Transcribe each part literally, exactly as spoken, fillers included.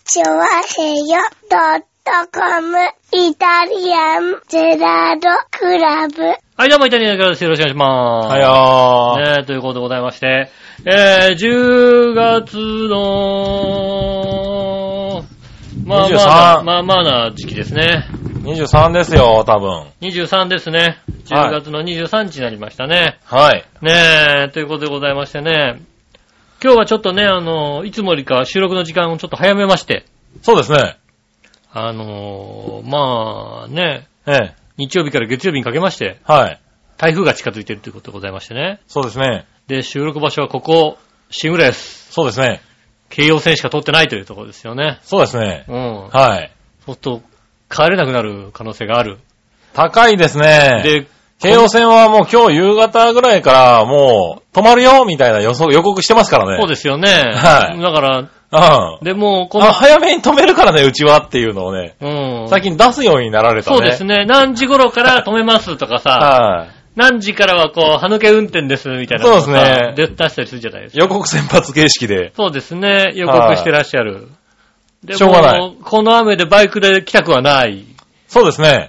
チョワヘヨドットコムイタリアンゼラードクラブ。 はい、どうもイタリアンゼラードです。よろしくお願いします。 はいよー。 ねえ、ということでございまして、えー、じゅうがつの、まあまあ、まあまあな時期ですね。 にじゅうさんですよ、多分。 にじゅうさんですね。じゅうがつのにじゅうさんにちになりましたね。 はい。 ねえ、ということでございましてね。今日はちょっとね、あの、いつもよりか収録の時間をちょっと早めまして。 そうですね。 あのー、まあね、 ええ。 日曜日から月曜日にかけまして、 はい。 台風が近づいているということでございましてね。 そうですね。 で、収録場所はここ、シングレス。 そうですね。 京葉線しか通ってないというところですよね。 そうですね。 うん。 はい。 そうすると、帰れなくなる可能性がある。 高いですね。 で、 京葉線はもう今日夕方ぐらいからもう止まるよみたいな予想予告してますからね。 そうですよね。 はい。 だから、 うん。 でもこのあ、早めに止めるからね、うちはっていうのをね。 うん。 最近出すようになられたね。 そうですね。何時頃から止めますとかさ。 はい。 何時からはこう、歯抜け運転ですみたいな。 そうですね。 で、出したりするじゃないですか。 予告先発形式で。 そうですね。予告してらっしゃる。でもしょうがない。 この雨でバイクで来たくはない。 そうですね。 うん。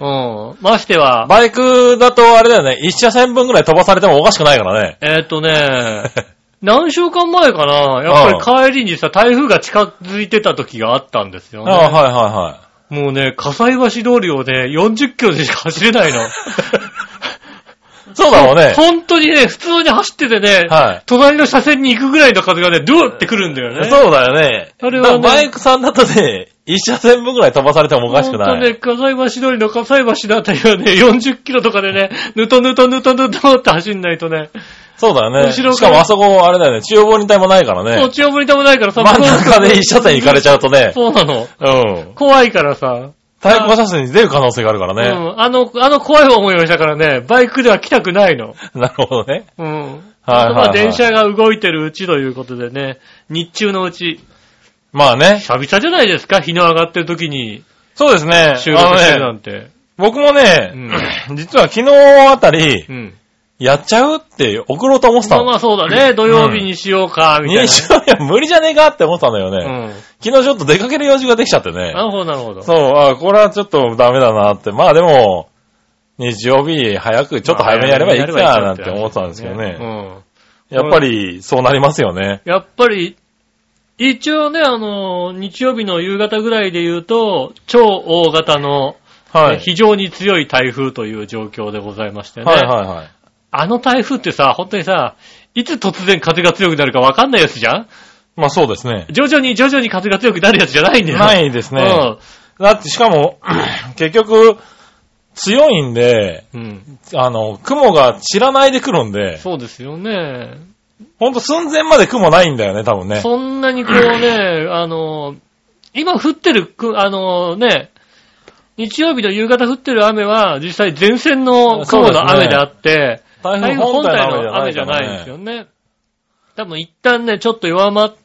ましては。 バイクだとあれだよね、一車線分ぐらい飛ばされてもおかしくないからね。 えーっとね、何週間前かな、やっぱり帰りにさ、台風が近づいてた時があったんですよね。 ああ、はいはいはい。 もうね、葛西橋通りをね、よんじゅっキロでしか走れないの。 そうだろうね。 本当にね、普通に走っててね、はい、隣の車線に行くぐらいの風がね、ドゥーって来るんだよね。 そうだよね。 あれはね、 バイクさんだとね、一車線分ぐらい飛ばされてもおかしくない。 ほんとね、葛西橋通りの葛西橋のあたりはね、よんじゅっキロとかでね、ぬとぬとぬとぬとって走んないとね。 そうだよね。 後ろしかもあそこ、あれだよね、中央分離帯もないからね。 そう、中央分離帯もないからさ、 真ん中で一車線行かれちゃうとね。 そうなの。 うん。 怖いからさ。 対向車線に出る可能性があるからね。 うん。あの、あの怖い思いをしたからね、バイクでは来たくないの。 なるほどね。 うん。 はいはいはい、 まあ電車が動いてるうちということでね、日中のうち。 まあね。 久々じゃないですか、日の上がってる時に。 そうですね。 収録してるなんて。ね、 僕もね、うん、実は昨日あたり、うん、やっちゃうって送ろうと思ってたの。 まあまあそうだね。土曜日にしようか、みたいな、ね。 日曜日は無理じゃねえかって思ったんだよね。うん、昨日ちょっと出かける用事ができちゃってね。 なるほど、なるほど。 そう、あ、これはちょっとダメだなって。まあでも、日曜日早く、ちょっと早めにやればいいかなんて思ってたんですけどね。うん、やっぱりそうなりますよね。 やっぱり、一応ね、あの、日曜日の夕方ぐらいで言うと、超大型の、はい、非常に強い台風という状況でございましてね。 はいはいはい。 あの台風ってさ、本当にさ、いつ突然風が強くなるか分かんないやつじゃん？ まあそうですね。 徐々に徐々に風が強くなるやつじゃないんだよ。 ないですね。うん。だってしかも、結局、強いんで、うん、あの、雲が散らないで来るんで。 そうですよね。 ほんと寸前まで雲ないんだよね、多分ね。 そんなにこうね、あの、今降ってる、あのね、日曜日の夕方降ってる雨は実際前線の雲の雨であって、 台風本体の雨じゃないですよね。 多分一旦ね、ちょっと弱まって、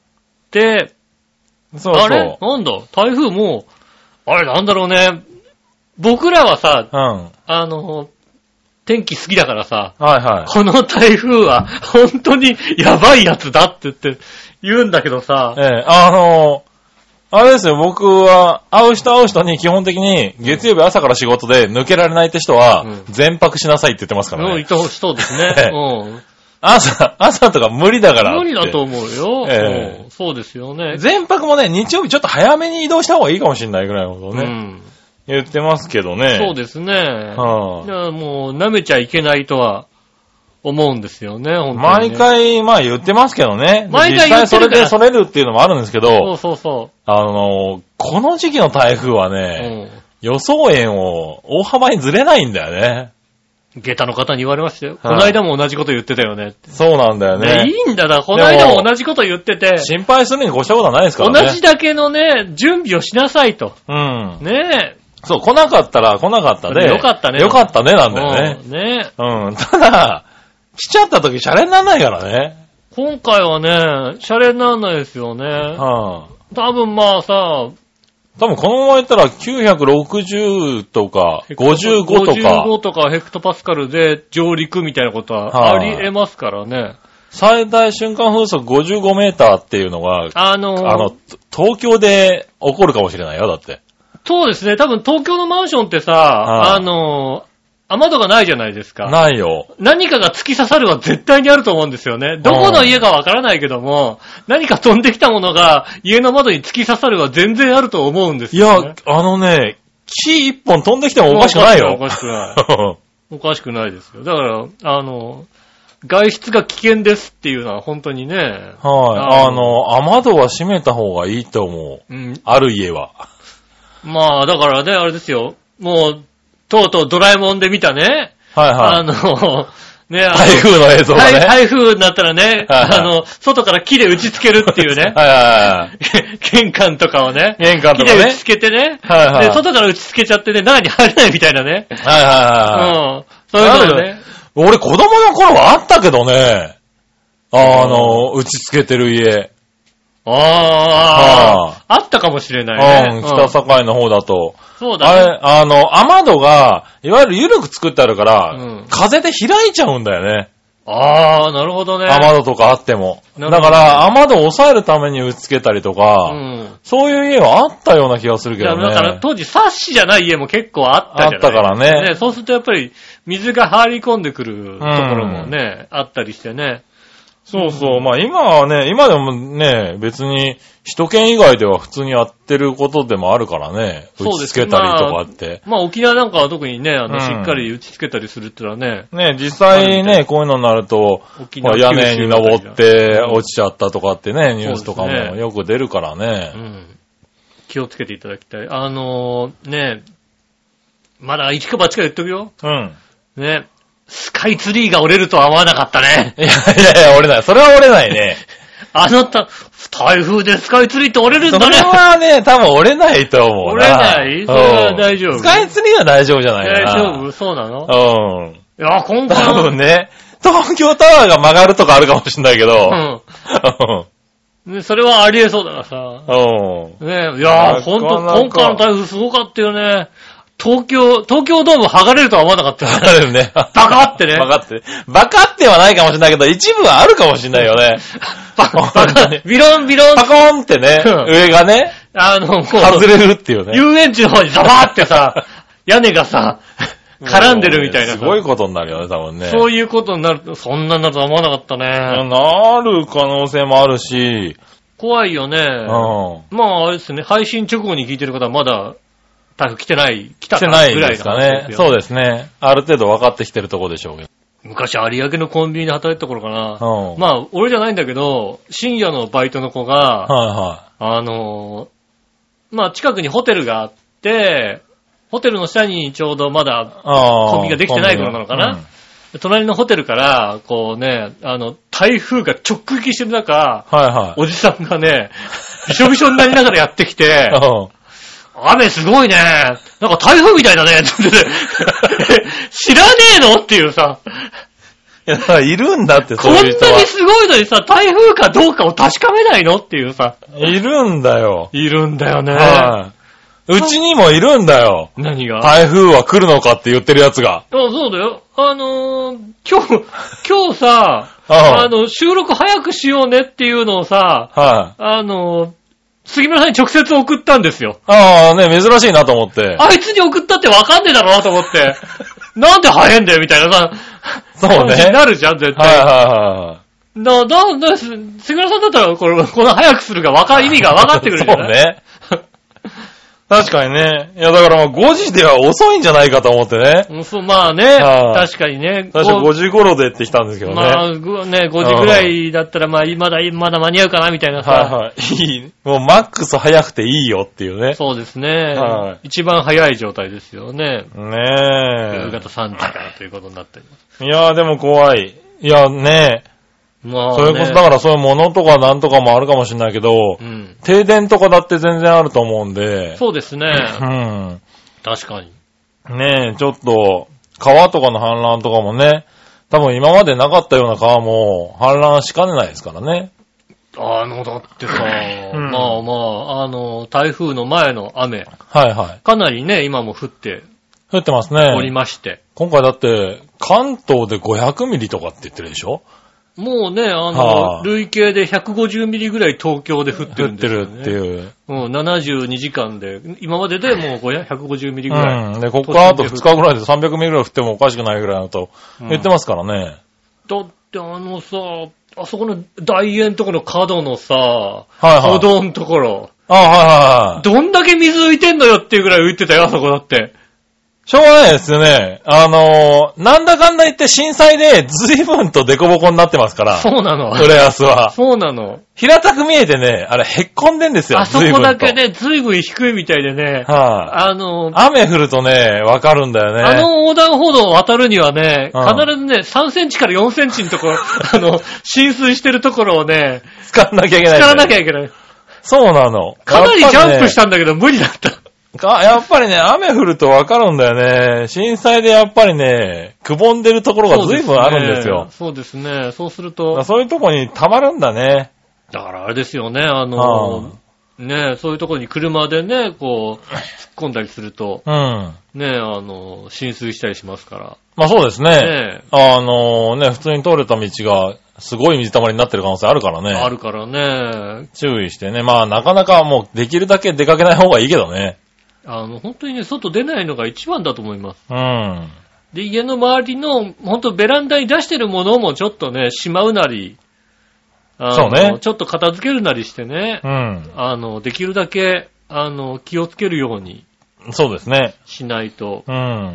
そうそう。 あれなんだ台風もう、あれなんだろうね。僕らはさ、うん、あの、天気好きだからさ、 はいはい、 この台風は本当にやばいやつだって言って言うんだけどさ、 ええ、あの、あれですよ、僕は会う人会う人に基本的に月曜日朝から仕事で抜けられないって人は全泊しなさいって言ってますからね。 うん、いてほしそうですね。うん、 朝、朝とか無理だからって。 無理だと思うよ。 ええ、 うん、そうですよね。 全泊もね、日曜日ちょっと早めに移動した方がいいかもしれないぐらいのことね。うん言ってますけどね。 そうですね。 はあ、 いやもう舐めちゃいけないとは思うんですよね、本当に、ね。 毎回、まあ言ってますけどね。 毎回言ってるから。 実際それでそれるっていうのもあるんですけど。 そうそうそう。 あの、この時期の台風はね、うん、予想円を大幅にずれないんだよね。 下駄の方に言われましたよ。はあ、この間も同じこと言ってたよねって。 そうなんだよね。 ねいいんだな、この間も同じこと言ってて。 心配するに越したことはないですからね。 同じだけのね、準備をしなさいと。 うん。 ねえ。 そう、来なかったら来なかったで。 よかったね。 よかったねなんだよね。 うん、ねうん。ただ、来ちゃった時シャレにならないからね。 今回はね、シャレにならないですよね。 はあ、多分まあさ、 多分このまま言ったらきゅうひゃくろくじゅうとかごじゅうごとか。 ごじゅうごとかヘクトパスカルで上陸みたいなことはあり得ますからね。 最大瞬間風速ごじゅうごメーターっていうのが、 あのー、 あの、東京で起こるかもしれないよ、だって。 そうですね。多分東京のマンションってさ、あ, あのー、雨戸がないじゃないですか。 ないよ。 何かが突き刺さるは絶対にあると思うんですよね。どこの家かわからないけども、何か飛んできたものが家の窓に突き刺さるは全然あると思うんですよね。 いや、あのね、木一本飛んできてもおかしくないよ。 おかしくない。おかしくない。おかしくないですよ。だから、あの、外出が危険ですっていうのは本当にね。はい。 あ, あの、雨戸は閉めた方がいいと思う。うん。ある家は。 まあ、だからね、あれですよ。もう、とうとうドラえもんで見たね。 はいはい。 あの、ね、あの台風の映像がね。 台風になったらね、はいはい、あの、外から木で打ち付けるっていうね。 はいはいはい。 玄関とかをね。 玄関とかね。 木で打ち付けてね。 はいはい。 で、外から打ち付けちゃってね、中に入れないみたいなね。 はいはいはい。 うん。そういうのね。 俺子供の頃はあったけどね。あの、打ち付けてる家。 ああ、ああったかもしれないね。 うん、北境の方だと。 そうだね。 あれ、あの、雨戸が、いわゆる緩く作ってあるから、うん、風で開いちゃうんだよね。 ああ、なるほどね。 雨戸とかあっても。だから、雨戸を抑えるために打ち付けたりとか、うん、そういう家はあったような気がするけどね。 だから当時、サッシじゃない家も結構あったじゃない。 あったからね。 ね、そうするとやっぱり、水が入り込んでくるところもね、うん、あったりしてね。 そうそう。まあ今はね、今でもね、別に首都圏以外では普通にやってることでもあるからね。打ち付けたりとかって。 まあ、まあ沖縄なんかは特にね、あの、うん、しっかり打ち付けたりするってのはね。 ね、実際ね、こういうのになると、屋根に登って落ちちゃったとかってね、ニュースとかもよく出るからね。うん、 気をつけていただきたい。あのー、ね、まだ一か八か言っとくよ。 うん。 ね。スカイツリーが折れるとは思わなかったね。 いやいやいや、折れない。それは折れないね。 あなた、台風でスカイツリーって折れるんだね。 それはね、多分折れないと思うな。 折れないそれは大丈夫。 スカイツリーは大丈夫じゃないかな。 大丈夫そうなのうん。いや、今回多分ね、東京タワーが曲がるとかあるかもしれないけど。 うん。ね、それはありえそうだからさ。 うん。 ねいや、ほんと、今回の台風すごかったよね。東京、東京ドーム剥がれるとは思わなかったよね。 剥がれるね。 バカってね。 バカって。バカってはないかもしれないけど、一部はあるかもしれないよね。 バカ、バカ、ビロンビロン。 パコーンってね、上がね、 あの、こう、 外れるっていうね。 遊園地の方にザバーってさ、屋根がさ、絡んでるみたいなさ。 すごいことになるよね、多分ね。 そういうことになると、そんなになるとは思わなかったね。 なる可能性もあるし。 怖いよね。うん。まあ、あれですね、配信直後に聞いてる方はまだ、台風来てない、来たぐらいの話ですよね。来てないですかね。 そうですね。ある程度分かってきてるとこでしょうけど。 昔有明のコンビニで働いた頃かな。 うん、 まあ、俺じゃないんだけど、深夜のバイトの子が、 はいはい、 あの、まあ、近くにホテルがあって、ホテルの下にちょうどまだコンビニができてない頃なのかな。うん、隣のホテルから、こうね、あの、台風が直撃してる中、 はいはい、 おじさんがね、びしょびしょになりながらやってきて、 うん雨すごいね。なんか台風みたいだね。知らねえのっていうさ。 いや、いるんだって、そういう人は。 こんなにすごいのにさ、台風かどうかを確かめないのっていうさ。 いるんだよ。 いるんだよね。 はい。うちにもいるんだよ。 何が？ 台風は来るのかって言ってるやつが。 あ、そうだよ。あのー、今日、今日さ、あ, あの、収録早くしようねっていうのをさ、 はい、 あのー、杉村さんに直接送ったんですよ。 ああ、ね、珍しいなと思って。 あいつに送ったってわかんねえだろうなと思って。なんで早いんだよみたいなさ。 そうね。 なるじゃん、絶対。 はいはいはい。 だ、だ、だ、杉村さんだったら、これ、この早くするがわか、意味がわかってくるじゃないそうね。確かにね。いや、だからまあごじでは遅いんじゃないかと思ってね。 うん、そう、まあね。確かにね。 最初ごじ頃でってきたんですけどね。 まあ、ね、ごじぐらいだったら、まあ、まだ、まだ間に合うかな、みたいなさ。 はいはい。いい。もうマックス早くていいよっていうね。 そうですね。 はい。 一番早い状態ですよね。 ねえ。 夕方さんじからということになっています。 いやーでも怖い。いやねえ。まあね、それこそだからそういうものとかなんとかもあるかもしれないけど、うん、停電とかだって全然あると思うんで。 そうですね。 うん。 確かに。 ねえ、ちょっと、川とかの氾濫とかもね、多分今までなかったような川も氾濫しかねないですからね。 あの、だってさ、うん、まあまあ、あの、台風の前の雨。 はいはい。 かなりね、今も降って。 降ってますね。 おりまして。 今回だって、関東でごひゃくミリとかって言ってるでしょ？ もうね、あの、累計でひゃくごじゅうミリぐらい東京で降ってるんですよね。降ってるっていう。うん、ななじゅうにじかんで、今まででもうひゃくごじゅうミリぐらい。 うん。で、こっからあとふつかぐらいでさんびゃくミリぐらい降ってもおかしくないぐらいだと言ってますからね。 うん、だってあのさ、あそこの大円ところの角のさ、はいはい、歩道のところ。 あ、はいはいはい。 どんだけ水浮いてんのよっていうぐらい浮いてたよ、あそこだって。 しょうがないですよね。あのー、なんだかんだ言って震災で随分とデコボコになってますから。 そうなの。 浦安は。 そうなの。 平たく見えてね、あれへっこんでんですよ。 あそこだけね、随分低いみたいでね。 はい、 あ、あのー、 雨降るとね、わかるんだよね。 あの横断歩道を渡るにはね、うん、必ずね、さんセンチからよんセンチのところ、あの、浸水してるところをね、 使わなきゃいけない。 使わなきゃいけない。 そうなの。 かなりジャンプしたんだけど、無理だった。 か、やっぱりね、雨降るとわかるんだよね。震災でやっぱりね、くぼんでるところが随分あるんですよ。 そうですね。そうですね。そうすると。 そういうところに溜まるんだね。 だからあれですよね、あの、ね、そういうところに車でね、こう、突っ込んだりすると、うん。ね、あの、浸水したりしますから。 まあそうですね。ねあのね、普通に通れた道が、すごい水たまりになってる可能性あるからね。 あるからね。 注意してね。まあなかなかもうできるだけ出かけない方がいいけどね。 あの、本当にね、外出ないのが一番だと思います。 うん。 で、家の周りの、本当ベランダに出してるものもちょっとね、しまうなり、あのそうね。 ちょっと片付けるなりしてね。 うん。 あの、できるだけ、あの、気をつけるように。 そうですね。 しないと。 うん。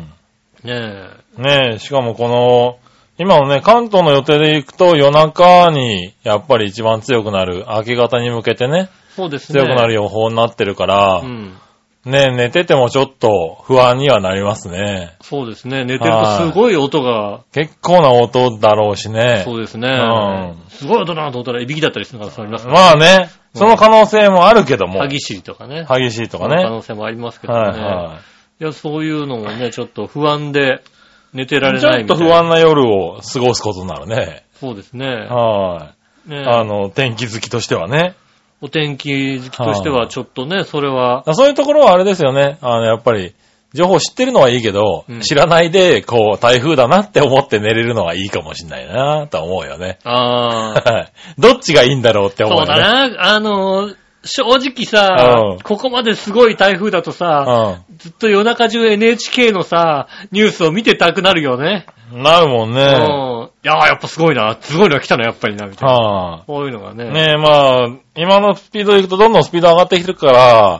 ねえ。 ねえ、しかもこの、今のね、関東の予定で行くと夜中に、やっぱり一番強くなる、明け方に向けてね。 そうですね。 強くなる予報になってるから、 うん。 ねえ、寝ててもちょっと不安にはなりますね。 そうですね。寝てるとすごい音が。 結構な音だろうしね。 そうですね。うん。すごい音だなと思ったらいびきだったりするからありますからね。まあね、その可能性もあるけども。 歯ぎしりとかね。 歯ぎしりとかね。 可能性もありますけどね。はいはい。いや、そういうのもね、ちょっと不安で寝てられないみたいな。 ちょっと不安な夜を過ごすことになるね。 そうですね。 はい。ね、あの、天気好きとしてはね。 お天気好きとしてはちょっとね、それは。 そういうところはあれですよね。あの、やっぱり、情報知ってるのはいいけど、うん、知らないで、こう、台風だなって思って寝れるのがいいかもしれないなと思うよね。 ああ。 どっちがいいんだろうって思うよね。 そうだな。あの、正直さ、うん、ここまですごい台風だとさ、うん、ずっと夜中中 エヌエイチケー のさ、ニュースを見てたくなるよね。 なるもんね。うん。いやーやっぱすごいな。すごいのが来たのやっぱりな、みたいな。はあ、こういうのがね。 ねえ、まあ、今のスピードでいくとどんどんスピード上がってきてるから、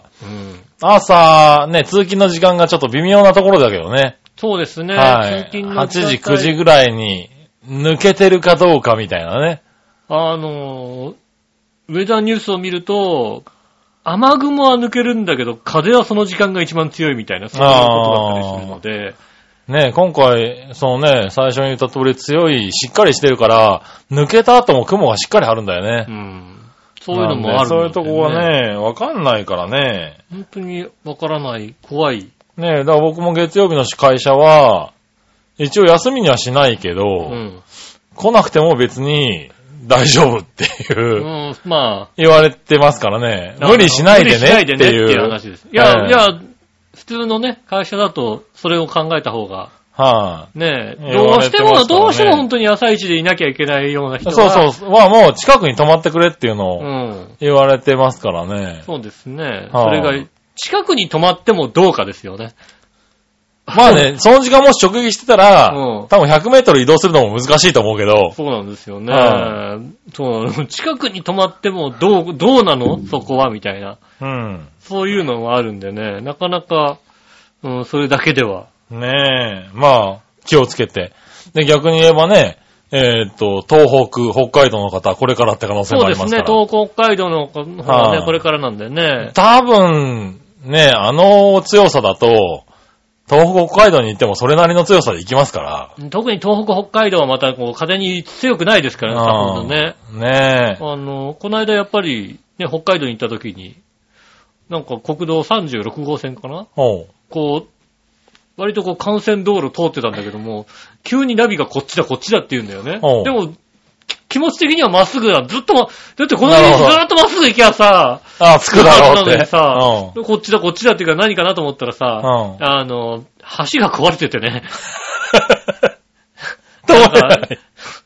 うん、朝、ね、通勤の時間がちょっと微妙なところだけどね。 そうですね。 はい、通勤のはちじ、くじぐらいに抜けてるかどうかみたいなね。 あのー、ウェザーニュースを見ると、雨雲は抜けるんだけど、風はその時間が一番強いみたいな、そういうことだったりするので。 ねえ、今回、そのね、最初に言った通り強い、しっかりしてるから、抜けた後も雲がしっかり張るんだよね。 うん。そういうのもあるんだよね。 そういうとこはね、わかんないからね。 本当にわからない、怖い。 ねえ、だから僕も月曜日の会社は、一応休みにはしないけど、うん、来なくても別に大丈夫っていう、うん、まあ、言われてますからね。無理しないでねっていう。無理しないでねっていう話です。いや、えー、いや、普通のね、会社だと、それを考えた方が、はい、あ、ねえ、どうしても、ね、どうしても本当に朝一でいなきゃいけないような人は。 そうそう。まあもう近くに泊まってくれっていうのを言われてますからね。 うん、そうですね。はあ、それが、近くに泊まってもどうかですよね。 まあね、その時間もし直撃してたら、うん、多分ひゃくメートル移動するのも難しいと思うけど。 そうなんですよね。はあ、そう近くに泊まってもどう、どうなのそこはみたいな。うん。そういうのもあるんでね、なかなか、うん、それだけでは。 ねえ、まあ、気をつけて。で、逆に言えばね、えー、っと、東北、北海道の方、これからって可能性もありますから。 そうですね、東北、北海道の方はね、はあ、これからなんでね。 多分、ね、あの強さだと、東北、北海道に行ってもそれなりの強さで行きますから。 特に東北、北海道はまたこう風に強くないですからね、さほどね。 ねえ。 あの、この間やっぱり、ね、北海道に行った時に、なんか国道さんじゅうろくごうせんかな、こう、割とこう幹線道路通ってたんだけども、急にナビがこっちだこっちだって言うんだよね。でも、気持ち的にはまっすぐだ。ずっとま、だってこの道ずーっとまっすぐ行きゃさ、 ああ、着くだろうって。 さ、うん、こっちだこっちだっていうか何かなと思ったらさ、うん、あの、橋が壊れててね。 通れない。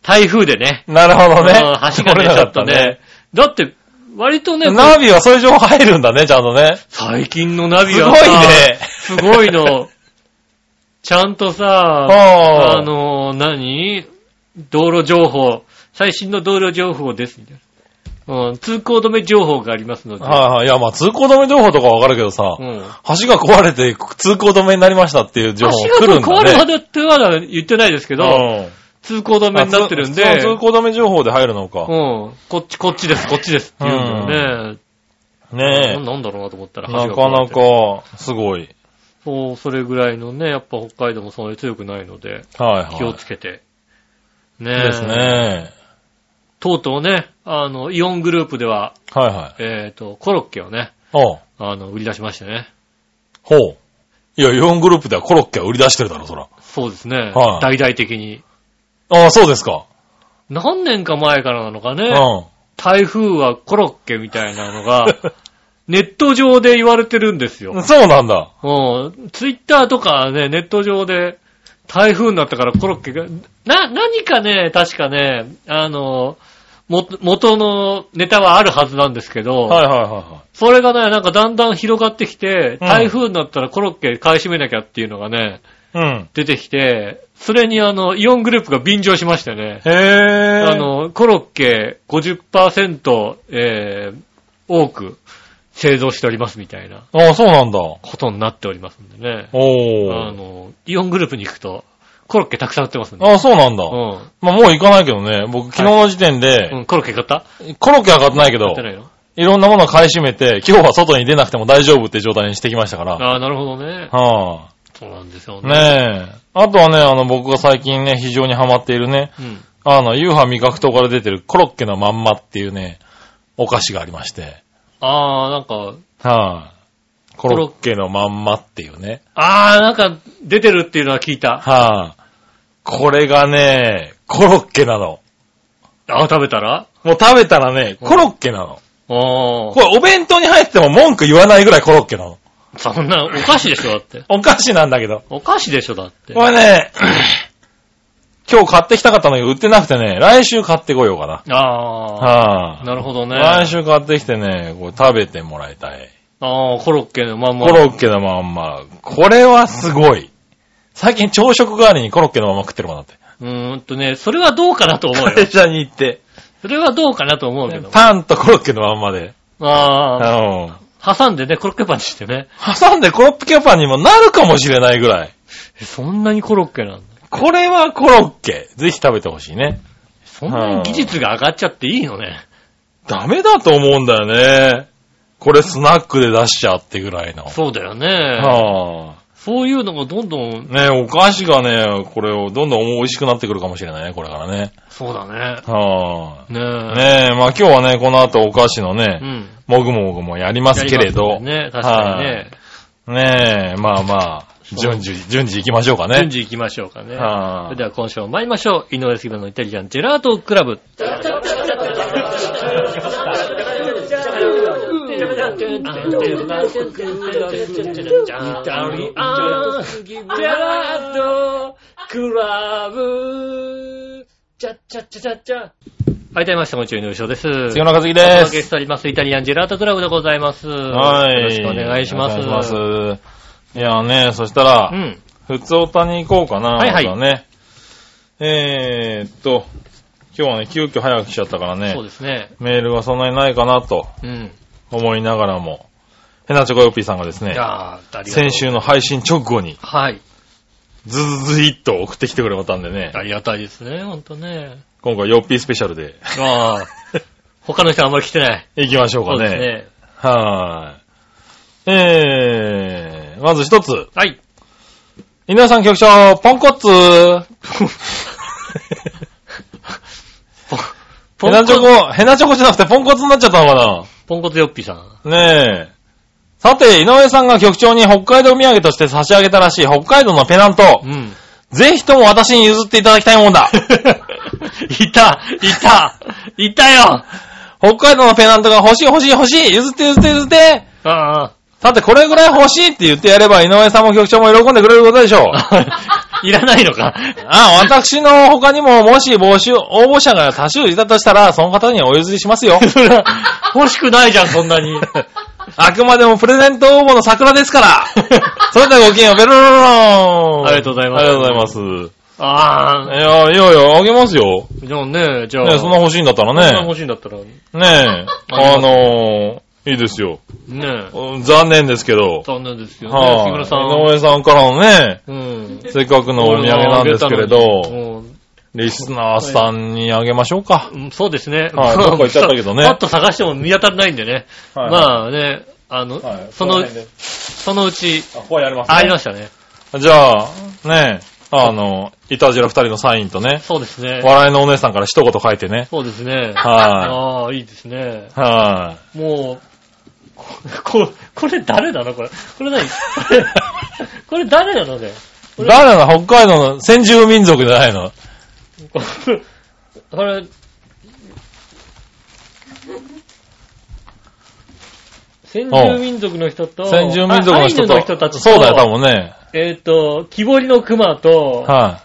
台風でね。 なるほどね。 橋がね、ちょっとね。だって、割とね、 ナビはそういう情報入るんだね、ちゃんとね。 最近のナビはすごいね。 すごいの。ちゃんとさ、あの、何道路情報、最新の道路情報ですみたいな。うん、通行止め情報がありますので。 はいはい。いや、まあ通行止め情報とかわかるけどさ、うん、橋が壊れて通行止めになりましたっていう情報が来るんだね。 橋が壊れまでっては言ってないですけど、うん通行止めになってるんで。 通行止め情報で入るのか。 うん。こっち、こっちです、こっちですって言うんだよね。 うん、ねえ。 なんだろうなと思ったらなかなか、すごい。 そう、それぐらいのね、やっぱ北海道もそんなに強くないので、 はいはい。 気をつけて。ねえ。ですね。 とうとうね、あの、イオングループでは、 はいはい。 えっと、コロッケをね、 おうあの、売り出しましてね。 ほう。いや、イオングループではコロッケは売り出してるだろ、そら。 そうですね。はい。大々的に。 ああ、そうですか。 何年か前からなのかね。 うん。 台風はコロッケみたいなのが、ネット上で言われてるんですよ。 そうなんだ。 うん。ツイッターとかね、ネット上で台風になったからコロッケが、な、何かね、確かね、あの、も、元のネタはあるはずなんですけど、 はいはいはいはい。 それがね、なんかだんだん広がってきて、台風になったらコロッケ買い占めなきゃっていうのがね、 うん。 出てきて、それにあの、イオングループが便乗しましてね。 へー。 あの、コロッケ ごじゅっパーセント、えー、多く製造しておりますみたいな。 ああ、そうなんだ。 ことになっておりますんでね。 おー。 あの、イオングループに行くと、コロッケたくさん売ってますんで。 ああ、そうなんだ。 うん。 まあもう行かないけどね。僕昨日の時点で、はい、 うん、コロッケ買った？ コロッケは買ってないけど、 買ってないの？ いろんなものを買い占めて、今日は外に出なくても大丈夫って状態にしてきましたから。 ああ、なるほどね。 はあ。 そうなんですよね。 ねえ。あとはね、あの、僕が最近ね、非常にハマっているね、うん、あの、ユーハ味覚糖から出てるコロッケのまんまっていうね、お菓子がありまして。 ああ、なんか、 はい、あ、コロッケのまんまっていうね。 ああ、なんか出てるっていうのは聞いた。 はい、あ、これがね、コロッケなの。 ああ、食べたら？ もう食べたらね、コロッケなの。 ああ。 これお弁当に入ってても文句言わないぐらいコロッケなの。 そんな、お菓子でしょだって。 お菓子なんだけど。 お菓子でしょだって。 これね、今日買ってきたかったんだけど売ってなくてね、来週買ってこようかな。 ああ。 はあ。 なるほどね。 来週買ってきてね、こう食べてもらいたい。 ああ、コロッケのまんま。 コロッケのまんま。これはすごい。最近朝食代わりにコロッケのまま食ってるもんだって。 うーんとね、それはどうかなと思うよ。 会社に行って。 それはどうかなと思うけど。 パンとコロッケのまんまで。 ああ。 うん。 挟んでね、コロッケパンにしてね。 挟んでコロッケパンにもなるかもしれないぐらい。 え、そんなにコロッケなんだ。 これはコロッケ。ぜひ食べてほしいね。 そんなに技術が上がっちゃっていいのね。 ダメだと思うんだよね。これスナックで出しちゃってぐらいの。 そうだよね。 はあ。 そういうのがどんどん。 ね、お菓子がね、これをどんどん美味しくなってくるかもしれないね、これからね。 そうだね。 はあ。 ねえ。 ねえ、まあ今日はね、この後お菓子のね、うん、もぐもぐもやりますけれど。 ね、確かにね。 ねえ、まあまあ、順次、順次行きましょうかね。 順次行きましょうかね。はあ、それでは今週も参りましょう。井上杉村のイタリアンジェラートクラブ。はい、どうもみなさんこんにちは、井上翔です。 杉村和樹です。 お届けしております、イタリアンジェラートクラブでございます。はい。よろしくお願いします。お願いします。 いやね、そしたら、うん、普通おたに行こうかな。はいはい。ね、えーっと、今日はね、急遽早く来ちゃったからね。 そうですね。 メールがそんなにないかなと、思いながらも、ヘナチョコヨッピーさんがですね、先週の配信直後に、 はい。 ズズズイッと送ってきてくれたんでね。 ありがたいですね、ほんとね。 今回ヨッピースペシャルで。 ああ。他の人あんまり来てない。 行きましょうかね。そうですね。はーい。えー、まず一つ。 はい。 井上さん局長、ポンコッツー。ヘナチョコ、ヘナチョコじゃなくてポンコツになっちゃったのかな。 ポンコツヨッピーさん。 ねえ。さて、井上さんが局長に北海道土産として差し上げたらしい北海道のペナント。うん。ぜひとも私に譲っていただきたいもんだ。 いた、いた、いたよ。 北海道のペナントが欲しい欲しい欲しい。譲って譲って譲って。 ああ。 さて、これぐらい欲しいって言ってやれば井上さんも局長も喜んでくれることでしょう。 いらないのか。 あ、私の他にももし募集、応募者が多数いたとしたら、その方にはお譲りしますよ。 それは、欲しくないじゃん、そんなに。 あくまでもプレゼント応募の桜ですから。それではごきげんよう、ベロロロロン。 ありがとうございます。 ありがとうございます。 ああ。 いや、いやいや、あげますよ。 じゃあね、じゃあ。 ね、そんな欲しいんだったらね。 そんな欲しいんだったら。ねえ、あのー、いいですよ。 ねえ。残念ですけど。 残念ですよね。 は木村さん。 井上さんからのね、 うん、 せっかくのお土産なんですけれど、リスナーさんにあげましょうか。 うん、そうですね。 はい、どっか行っちゃったけどね。 パッと探しても見当たらないんでね。はい、まあね、あの、はい、その、そのうち、 あ、ここやりますね。 ありましたね。 じゃあ、ね、あの、いたじら二人のサインとね。 そうですね。 笑いのお姉さんから一言書いてね。 そうですね。はい、ああ、いいですね。 はい、 もう、こ、これ誰なのこれ。これ何これ誰なのね。 誰なの？北海道の先住民族じゃないの？ これ、先住民族の人と、 先住民族の人と、 の人たちとそうだよ、多分ね。 えっ、ー、と、木彫りの熊と、 はい、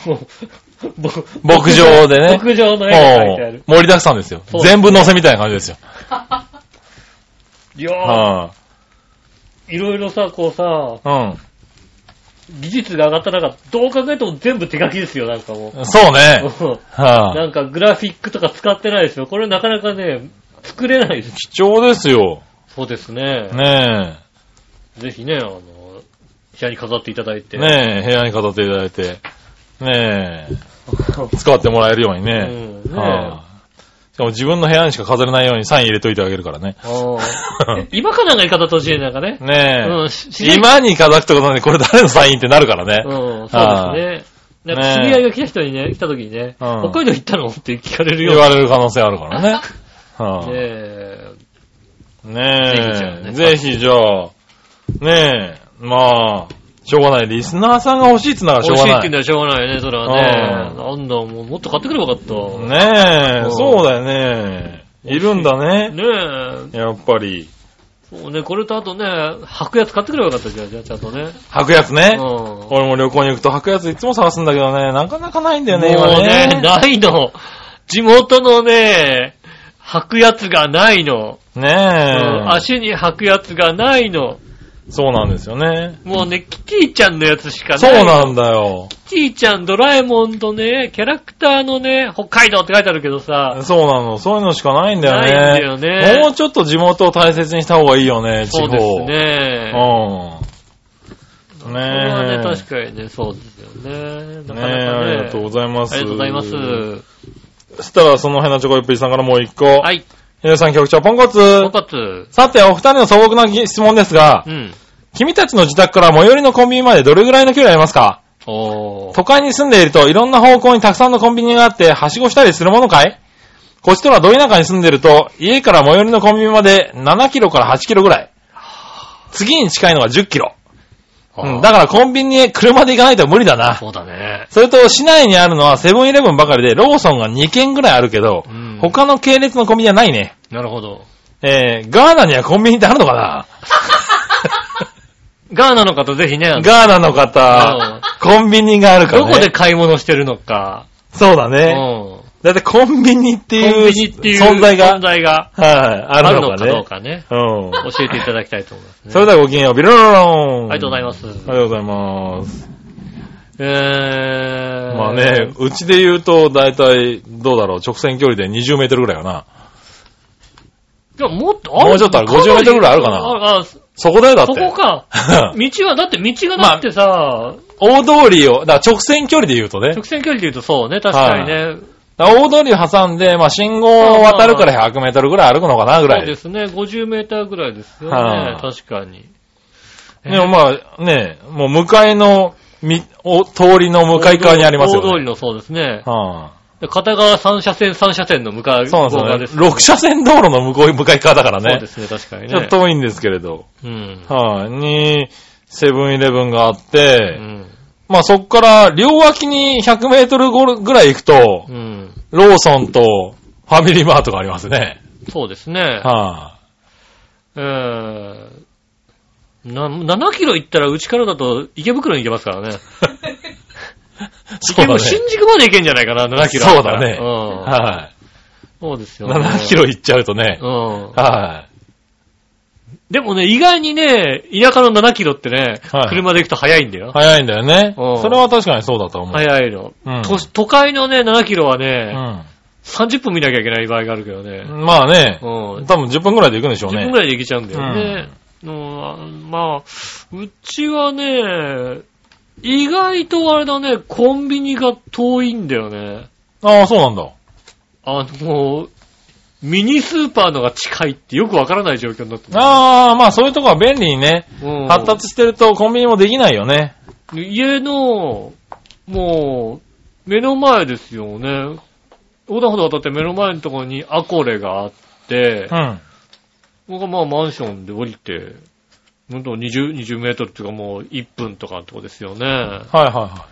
もう、 牧場でね。 牧場の絵が描いてある。 盛りだくさんですよ。全部載せみたいな感じですよ。 いやー、 はあ、 いろいろさ、こうさ、 うん。 技術が上がった中、どう考えても全部手書きですよ、なんかもう。 そうね。はあ、なんかグラフィックとか使ってないですよ。これなかなかね、作れないです。 貴重ですよ。 そうですね。 ねえ。ぜひね、あの、部屋に飾っていただいて。 ねえ、部屋に飾っていただいて。ねえ。使ってもらえるようにね。うん、ねえ。はあ、しかも自分の部屋にしか飾れないようにサイン入れといてあげるからね。 今かなんかに飾ってほしいね、なんかね。 ねえ、うん。今に飾ってことなんで、これ誰のサインってなるからね。 うん、そうですね。なんか知り合いが来た人にね、来た時にね、うん、北海道行ったのって聞かれるよう言われる可能性あるからね。 はあ、ねえ。 ねえ。ぜひじゃあ、ねえ、まあ、しょうがない。リスナーさんが欲しいって言うならしょうがない。 欲しいって言うのはしょうがないね、それはね。なんだ、もうもっと買ってくればよかった。 ねえ、そうだよね。いるんだね。 ねえ。 やっぱり。 そうね、これとあとね、履くやつ買ってくればよかったじゃん、じゃあちゃんとね。 履くやつね。うん。俺も旅行に行くと履くやついつも探すんだけどね、なかなかないんだよね、 今ね。もうね、ないの。地元のね、履くやつがないの。 ねえ、 うん。足に履くやつがないの。 そうなんですよね。 もうね、キティちゃんのやつしかない。 そうなんだよ。 キティちゃん、ドラえもんとね、キャラクターのね、北海道って書いてあるけどさ。 そうなの。そういうのしかないんだよね。 ないんだよね。 もうちょっと地元を大切にした方がいいよね、地方。 そうですね。 うん。ねえ。それはね、確かにね、そうですよね。なかなかね。 ねえ、ありがとうございます。 ありがとうございます。 そしたら、その辺のチョコヨッピーさんからもう一個。 はい。 皆さん局長、ポンコツ。 ポンコツ。 さて、お二人の素朴な質問ですが、うん。君たちの自宅から最寄りのコンビニまでどれぐらいの距離ありますか？おー。都会に住んでいるといろんな方向にたくさんのコンビニがあってはしごしたりするものかい？こっちとはど田舎に住んでいると家から最寄りのコンビニまでななキロからはちキロぐらい。次に近いのがじゅっキロ。うん、だからコンビニへ車で行かないと無理だな。 そうだね。 それと市内にあるのはセブンイレブンばかりでローソンがにけんぐらいあるけど、うん、他の系列のコンビニはないね。 なるほど。 えー、ガーナにはコンビニってあるのかな？ ガーナの方ぜひね。 ガーナの方、コンビニがあるからね。 どこで買い物してるのか。 そうだね。うん、だってコンビニっていう存在が、 存在が、 はい、あるのかね。 あるのかどうかね。うん。教えていただきたいと思いますね。 それではごきげんよう、ビロロローン。 ありがとうございます。ありがとうございます。 えー。 まあね、うちで言うと、だいたい、どうだろう、直線距離でにじゅうメートルぐらいかな。 いや、もっと、 もうちょっとある、ごじゅうメートルぐらいあるかな。ああそこだよ、だって。 そこか。道は、だって道がだってさ、まあ、 大通りを、だから直線距離で言うとね。 直線距離で言うとそうね、確かにね。はい、 大通りを挟んで、まあ、信号を渡るからひゃくメートルぐらい歩くのかな、ぐらい。 そうですね、ごじゅうメーターぐらいですよね、はあ、確かに。 でもまあ、ね、もう向かいの、み、お、通りの向かい側にありますよね。 大通りのそうですね。 はあ、 片側さん車線さん車線の向かい側です、ね。そうですね。 ろく車線道路の向こう、向かい側だからね。 そうですね、確かにね。 ちょっと遠いんですけれど。 うん。 はい、あ、に、セブンイレブンがあって、うん、まあそっから両脇にひゃくメートルぐらい行くと、うん、ローソンとファミリーマートがありますね。 そうですね。 はい、あ、 えー、な、ななキロ行ったらうちからだと池袋に行けますからね。 結局新宿まで行けんじゃないかな、ななキロ。 そうだね。 うん。 はい。 そうですよね。 ななキロ行っちゃうとね。 うん。 はい。 でもね、意外にね、田舎のななキロってね、はい、車で行くと早いんだよ。 早いんだよね。うん。それは確かにそうだと思う。 早いの。うん、都, 都会のね、ななキロはね、うん、さんじゅっぷん見なきゃいけない場合があるけどね。 まあね。うん。多分じゅっぷんくらいで行くんでしょうね。 じゅっぷんくらいで行けちゃうんだよね。うん、まあ、うちはね、意外とあれだね、コンビニが遠いんだよね。 ああ、そうなんだ。 あの、ミニスーパーのが近いってよくわからない状況になってる。 ああ、まあそういうとこは便利にね、うん、発達してるとコンビニもできないよね。 家の、もう、目の前ですよね。横断歩道渡って目の前のところにアコレがあって、うん。僕はまあマンションで降りて、ほんとにじゅう、にじゅうメートルっていうかもういっぷんとかのとこですよね。はいはいはい。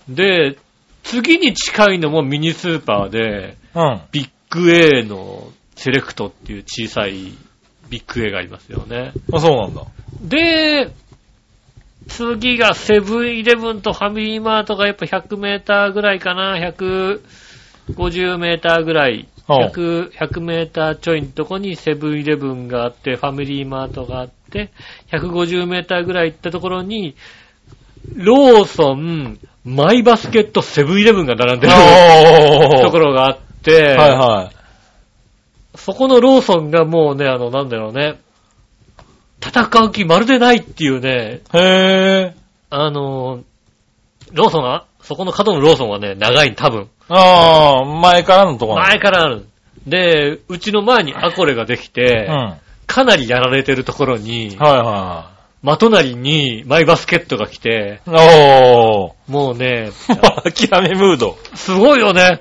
で、次に近いのもミニスーパーで、うん。ビッグ A のセレクトっていう小さいビッグ A がありますよね。 あ、そうなんだ。 で、次がセブンイレブンとファミリーマートがやっぱひゃくメーターぐらいかな。ひゃくごじゅうメーターぐらい。ひゃく、ひゃくメーターちょいのとこにセブンイレブンがあって、ファミリーマートがあって、ひゃくごじゅうメーターぐらい行ったところに、ローソン、マイバスケット、セブンイレブンが並んでるところがあって、はいはい。そこのローソンがもうね、あの、なんだろうね、戦う気まるでないっていうね、へー。あの、ローソンが、そこの角のローソンはね、長い、多分。 ああ、前からのところ。 前からある。で、うちの前にアコレができて、うん、かなりやられてるところに、はいはい。真隣にマイバスケットが来て、おー。もうね、 諦めムード。 すごいよね。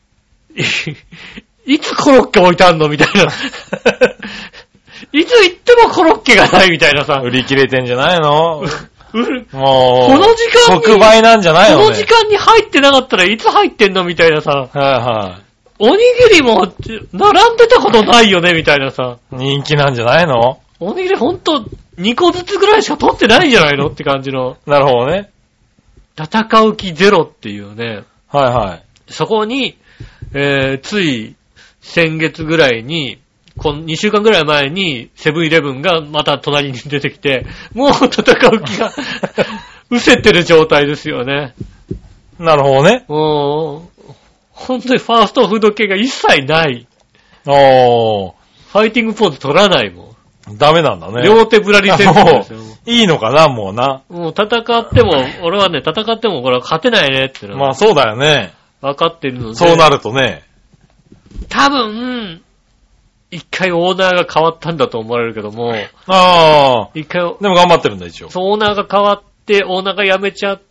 いつコロッケ置いてあんのみたいな。いつ行ってもコロッケがないみたいなさ。 売り切れてんじゃないの？ もう、この時間に、 即売なんじゃないのね。 この時間に入ってなかったらいつ入ってんのみたいなさ。はいはい。おにぎりも、並んでたことないよねみたいなさ。 人気なんじゃないの？ おにぎりほんと、にこずつぐらいしか取ってないんじゃないのって感じの。 なるほどね。 戦う気ゼロっていうね。 はいはい。 そこに、えー、つい、先月ぐらいに、このにしゅうかんぐらい前にセブンイレブンがまた隣に出てきて、もう戦う気が失せてる状態ですよね。 なるほどね。 もう本当にファーストフード系が一切ない。 おー。 ファイティングポーズ取らないもん。ダメなんだね。 両手ぶらり戦法ですよ。 いいのかな、もうな。 もう戦っても、俺はね、戦ってもこれは勝てないねってのは。 まあそうだよね。 分かってるので。 そうなるとね。 多分、一回オーナーが変わったんだと思われるけども。 ああ。 一回。 でも頑張ってるんだ、一応。 そう、オーナーが変わって、オーナーが辞めちゃって、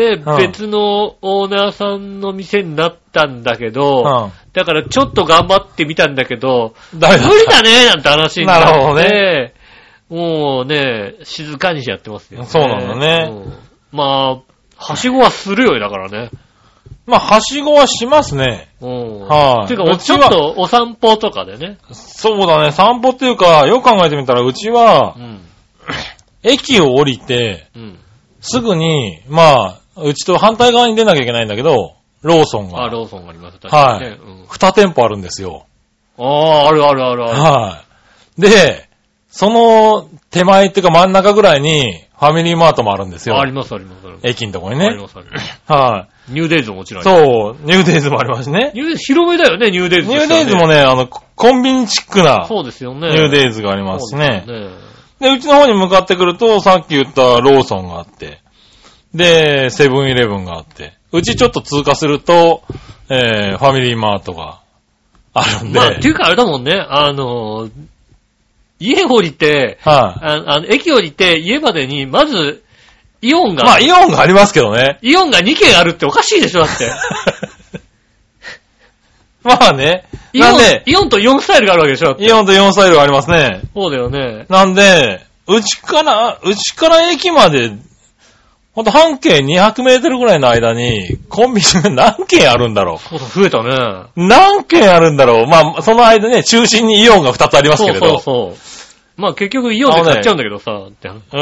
うん、別のオーナーさんの店になったんだけど、うん、だからちょっと頑張ってみたんだけど、無理だねなんて話になって、なるほどね。もうね、静かにやってますよね。 そうなんだね。 うん、まあ、はしごはするよ、だからね。 まあ、はしごはしますね。 うん。はい、てか、ちょっとお散歩とかでね。 そうだね、散歩っていうか、よく考えてみたら、うちは、うん、駅を降りて、うん、すぐに、まあ、うちと反対側に出なきゃいけないんだけど、ローソンが。 あ、ローソンがあります。確かにね。 はい。うん、に店舗あるんですよ。 ああ、あるあるあるある。 はい。で、その手前っていうか真ん中ぐらいに、ファミリーマートもあるんですよ。 ありますあります。 駅のとこにね。 ありますあります。 はい。 ニューデイズももちろん。 そう、ニューデイズもありますね。 ニューデイズ広めだよね、ニューデイズ、 ね。ニューデイズもね、あの、コンビニチックな。 そうですよね。 ニューデイズがありますね。そうですね。で、うちの方に向かってくると、さっき言ったローソンがあって、で、セブンイレブンがあって、うちちょっと通過すると、えー、ファミリーマートがあるんで。 まあ、っていうかあれだもんね、あの、家降りて、はい、あ、あの、駅降りて家までに、まず、イオンが。 まあ、イオンがありますけどね。 イオンがにけんあるっておかしいでしょ、だって。 まあね。 イオン、イオンとイオンスタイルがあるわけでしょ、だって。 イオンとイオンスタイルがありますね。 そうだよね。 なんで、うちから、うちから駅まで、ほんと半径にひゃくメートルぐらいの間に、コンビニが何軒あるんだろう。 そうそう、増えたね。 何軒あるんだろう。まあ、その間ね、中心にイオンがふたつありますけれど。 そうそうそう。 まあ結局イオンで買っちゃうんだけどさ、ね、ってうん。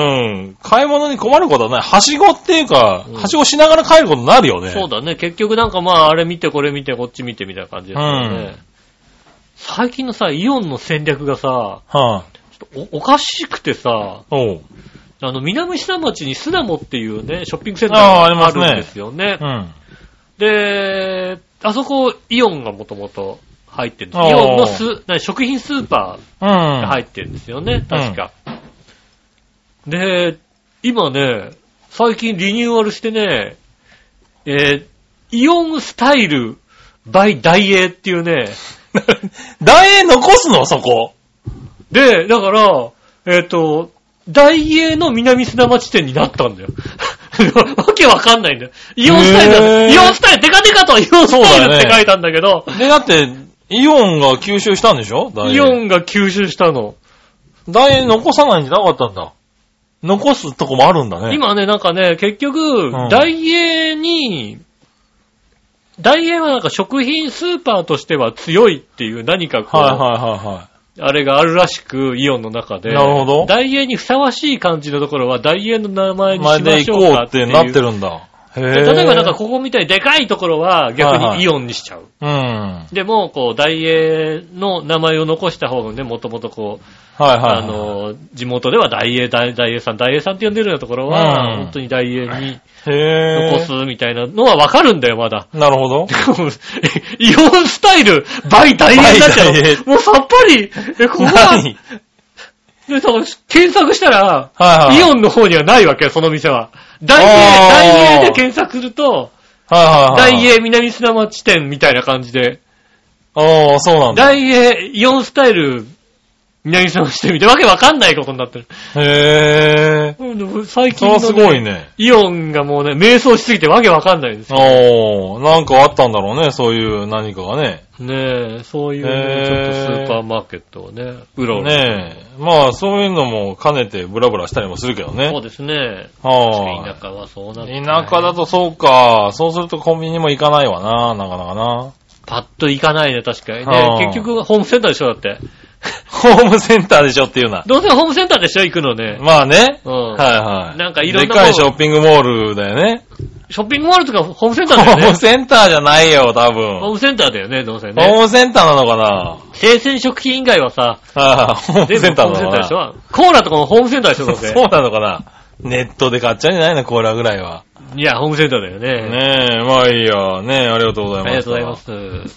買い物に困ることはない。はしごっていうか、うん、はしごしながら帰ることになるよね。 そうだね。結局なんかまああれ見てこれ見てこっち見てみたいな感じだったね、うん。最近のさ、イオンの戦略がさ、はあ、ちょっと お, おかしくてさ、おうあの、南下町に巣鴨っていうね、ショッピングセンターがあるんですよね。ああ、うん、で、あそこイオンがもともと入ってるんです。イオンのス食品スーパーが入ってるんですよね、うん、確か、うん。で、今ね、最近リニューアルしてね、えー、イオンスタイル by ダイエーっていうね、 ダイエー残すのそこで、だから、えっと、ダイエーの南砂町店になったんだよ。わけわかんないんだよ。イオンスタイルだ、イオンスタイル、デカデカとはイオンスタイルって書いたんだけど。 で、だって、イオンが吸収したんでしょイオンが吸収したの。 ダイエー残さないんじゃなかったんだ。残すとこもあるんだね。 今ね、なんかね、結局、うん、ダイエーに、ダイエーはなんか食品スーパーとしては強いっていう何かこう、はいはいはいはい。あれがあるらしく、イオンの中で。 なるほど。 ダイエーにふさわしい感じのところは、ダイエーの名前にしましょうかっていう。 前で行こうってなってるんだ。 へー。例えばなんかここみたいにでかいところは逆にイオンにしちゃう。はいはい、うん。でも、こう、ダイエーの名前を残した方がね、もともとこう、はいはいはい、あの、地元ではダイエー、ダイエーさん、ダイエーさんって呼んでるようなところは、うん、本当にダイエーに残すみたいなのはわかるんだよ、まだ。 なるほど。 イオンスタイル、バイダイエーになっちゃう。もうさっぱり、え、ここは、で、検索したら、はいはい、イオンの方にはないわけよ、その店は。ダイエー、ダイエーで検索すると、はいはいはい、ダイエー南砂町店みたいな感じで。 ああ、そうなんだ。 ダイエー、イオンスタイル、南砂町店みたいなわけわかんないことになってる。 へー。 最近の、ね、 そうすごいね。 イオンがもうね、迷走しすぎてわけわかんないんですよ。 おー、なんかあったんだろうね、そういう何かがね。 ねえ、そういう、ね、ちょっとスーパーマーケットをね、うろうろ。 ねえ、まあそういうのも兼ねてブラブラしたりもするけどね。 そうですね。 はあ、田舎はそうなって、 ね。田舎だとそうか。そうするとコンビニも行かないわな、なかなかな。 パッと行かないね、確かにね。結局ホームセンターでしょ、だって。 ホームセンターでしょっていうな。 どうせホームセンターでしょ、行くのね。 まあね。 うん。 はいはい。 なんかいろんな。 でかいショッピングモールだよね。 ショッピングモールとかホームセンターだよね。 ホームセンターじゃないよ、多分。 ホームセンターだよね、どうせね。 ホームセンターなのかな。 生鮮食品以外はさ。 ああ、ホームセンターなのかな。ホームセンターでしょ。 コーラとかもホームセンターでしょ、どうせ。 そうなのかな。ネットで買っちゃうんじゃないの、コーラぐらいは。 いや、ホームセンターだよね。 ねえ、まあいいや。ねえ、ありがとうございます。ありがとうございます。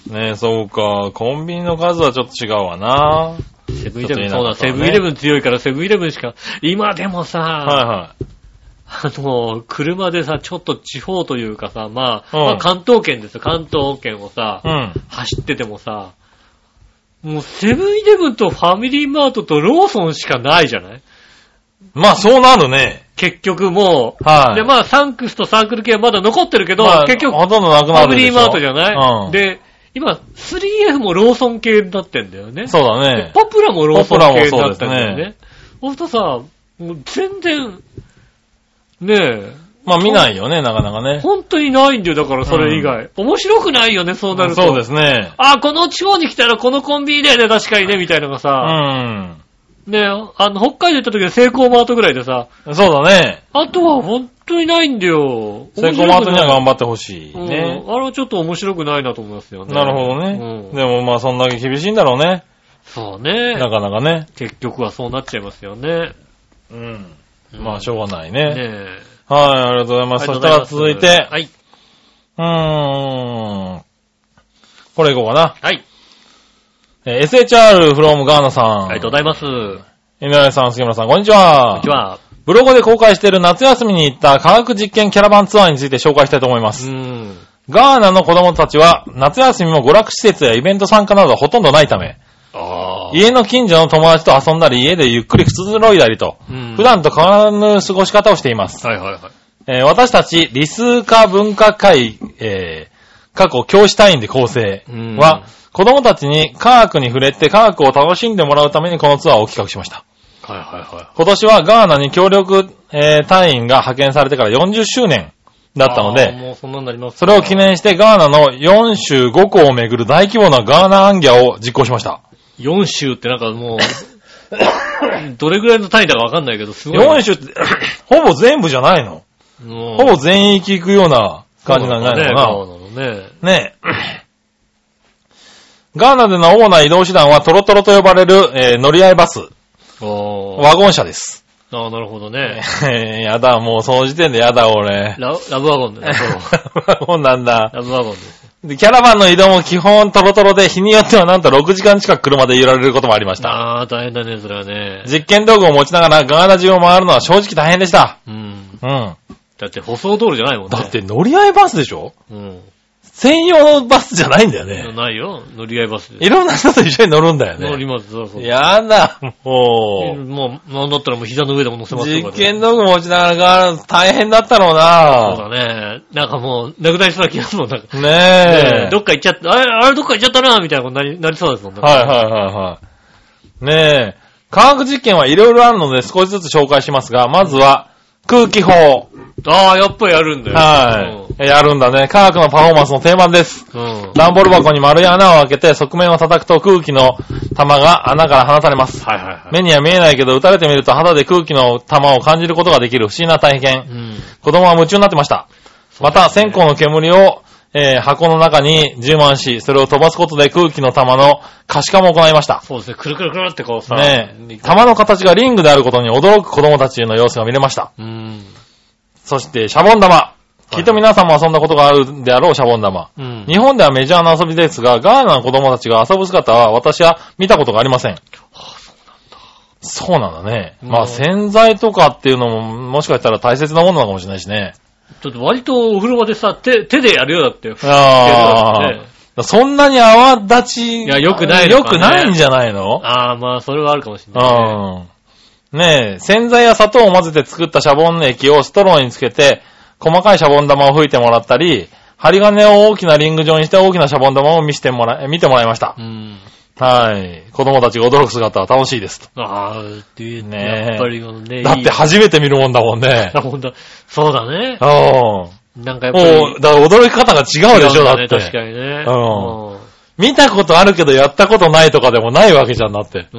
ねえ、そうか。コンビニの数はちょっと違うわな。 セブンイレブン、そうだ、セブンイレブン強いからセブンイレブンしか、今でもさ、はいはい。あの、車でさ、ちょっと地方というかさ、まあ、うん、まあ、関東圏ですよ、関東圏をさ、うん、走っててもさ、もうセブンイレブンとファミリーマートとローソンしかないじゃない？ まあそうなるね。 結局もう、 はい。 で、まあサンクスとサークル系はまだ残ってるけど、まあ、結局、 ほとんどなくなるでしょ。 ファミリーマートじゃない？うん。で、今、スリーエフ もローソン系になってんだよね。 そうだね。 ポプラもローソン系になってんだよね。ほんとさ、もう全然、ねえ。 まあ見ないよね、なかなかね。 ほんとにないんだよ、だからそれ以外。うん、面白くないよね、そうなると。 そうですね。 あ、この地方に来たらこのコンビニだよね、確かにね、みたいなのがさ。 うん。 ねえ、あの、北海道行った時はセイコーマートぐらいでさ。 そうだね。 あとはほんとにないんだよ。 セイコーマートには頑張ってほしいね、 うん。あれはちょっと面白くないなと思いますよね。 なるほどね。うん、でもまあそんだけ厳しいんだろうね。 そうね。 なかなかね。 結局はそうなっちゃいますよね。 うん。まあしょうがないね。 ねえ。 はい、ありがとうございます。そしたら続いて。 はい。 うーん。これいこうかな。 はい。 えー、エスエイチアール from ガーナさん。 ありがとうございます。 井上さん、杉村さん、こんにちは。 こんにちは。 ブログで公開している夏休みに行った科学実験キャラバンツアーについて紹介したいと思います。 うん。 ガーナの子供たちは夏休みも娯楽施設やイベント参加などはほとんどないため、 あ家の近所の友達と遊んだり、家でゆっくりくつろいだりと、うん、普段と変わらぬ過ごし方をしています。 はいはいはい。 えー、私たち理数科文化会、えー、過去教師隊員で構成は、うん、子供たちに科学に触れて科学を楽しんでもらうためにこのツアーを企画しました。 はいはいはい。 今年はガーナに協力、えー、隊員が派遣されてからよんじゅっしゅうねんだったので、 もうそんなになりますね。 それを記念してガーナのよん州ごこを巡る大規模なガーナアンギャを実行しました。 よん州ってなんかもう、 どれぐらいの単位だかわかんないけど、すごい。 よん種って、ほぼ全部じゃないの？ほぼ全域行くような感じなんじゃないのかな。 そうなのね。 ねえ。ガーナでの主な移動手段はトロトロと呼ばれる、えー、乗り合いバス。ワゴン車です。 ああ、なるほどね。 やだ、もうその時点でやだ、俺。 ラ, ラブワゴンだね。 ラブワゴンなんだ。 ラブワゴンです。 で、キャラバンの移動も基本トロトロで、日によってはなんとろくじかん近く車で揺られることもありました。 ああ、大変だね、それはね。 実験道具を持ちながらガーナ中を回るのは正直大変でした。うん。うん。 だって舗装道路じゃないもんね。 だって乗り合いバスでしょ？うん。専用のバスじゃないんだよね。 ないよ。乗り合いバスです。 いろんな人と一緒に乗るんだよね。 乗ります、そうそう。 やだ、もう。 もう、なんだったらもう膝の上でも乗せますとか、ね。 実験道具持ちながらが大変だったろうな。 そうだね。なんかもう、なくなりそうな気がするもん。なんかねえ。 ねどっか行っちゃった、あれ、あれどっか行っちゃったな、みたいなことになり、なりそうですもんね。 はいはいはいはい。ねえ。科学実験はいろいろあるので少しずつ紹介しますが、まずは、空気砲。 ああ、やっぱりやるんだよ。 はい、うん。やるんだね。科学のパフォーマンスの定番です。うん。段ボール箱に丸い穴を開けて側面を叩くと空気の玉が穴から放たれます。はいはいはい。目には見えないけど打たれてみると肌で空気の玉を感じることができる不思議な体験。うん。子供は夢中になってました。また、線香の煙を、えー、箱の中に充満し、それを飛ばすことで空気の玉の可視化も行いました。 そうですね。くるくるくるってこうさ。 ねえ。玉の形がリングであることに驚く子供たちの様子が見れました。うん。そして、シャボン玉。きっと皆さんも遊んだことがあるであろうシャボン玉。うん、日本ではメジャーな遊びですが、ガーナの子供たちが遊ぶ姿は私は見たことがありません。はあ、そうなんだ。そうなんだね。うん、まあ洗剤とかっていうのももしかしたら大切なものなのかもしれないしね。 ちょっと割とお風呂場でさ、手、手でやるよだって。 ああ、ね。そんなに泡立ち。 いや、良くないのかね。良くないんじゃないの？ ああ、まあそれはあるかもしれない、 ね。うん。ねえ、洗剤や砂糖を混ぜて作ったシャボン液をストローにつけて、細かいシャボン玉を吹いてもらったり、針金を大きなリング状にして大きなシャボン玉を見せてもら、見てもらいました。うん、はい。子供たちが驚く姿は楽しいですと。 ああ、っていうね。やっぱりね。 だって初めて見るもんだもんね。 そうだね。 うん。 なんかやっぱり。 もう、だから驚き方が違うでしょ、だって。 確かにね。 うん。見たことあるけどやったことないとかでもないわけじゃんだって。 うん。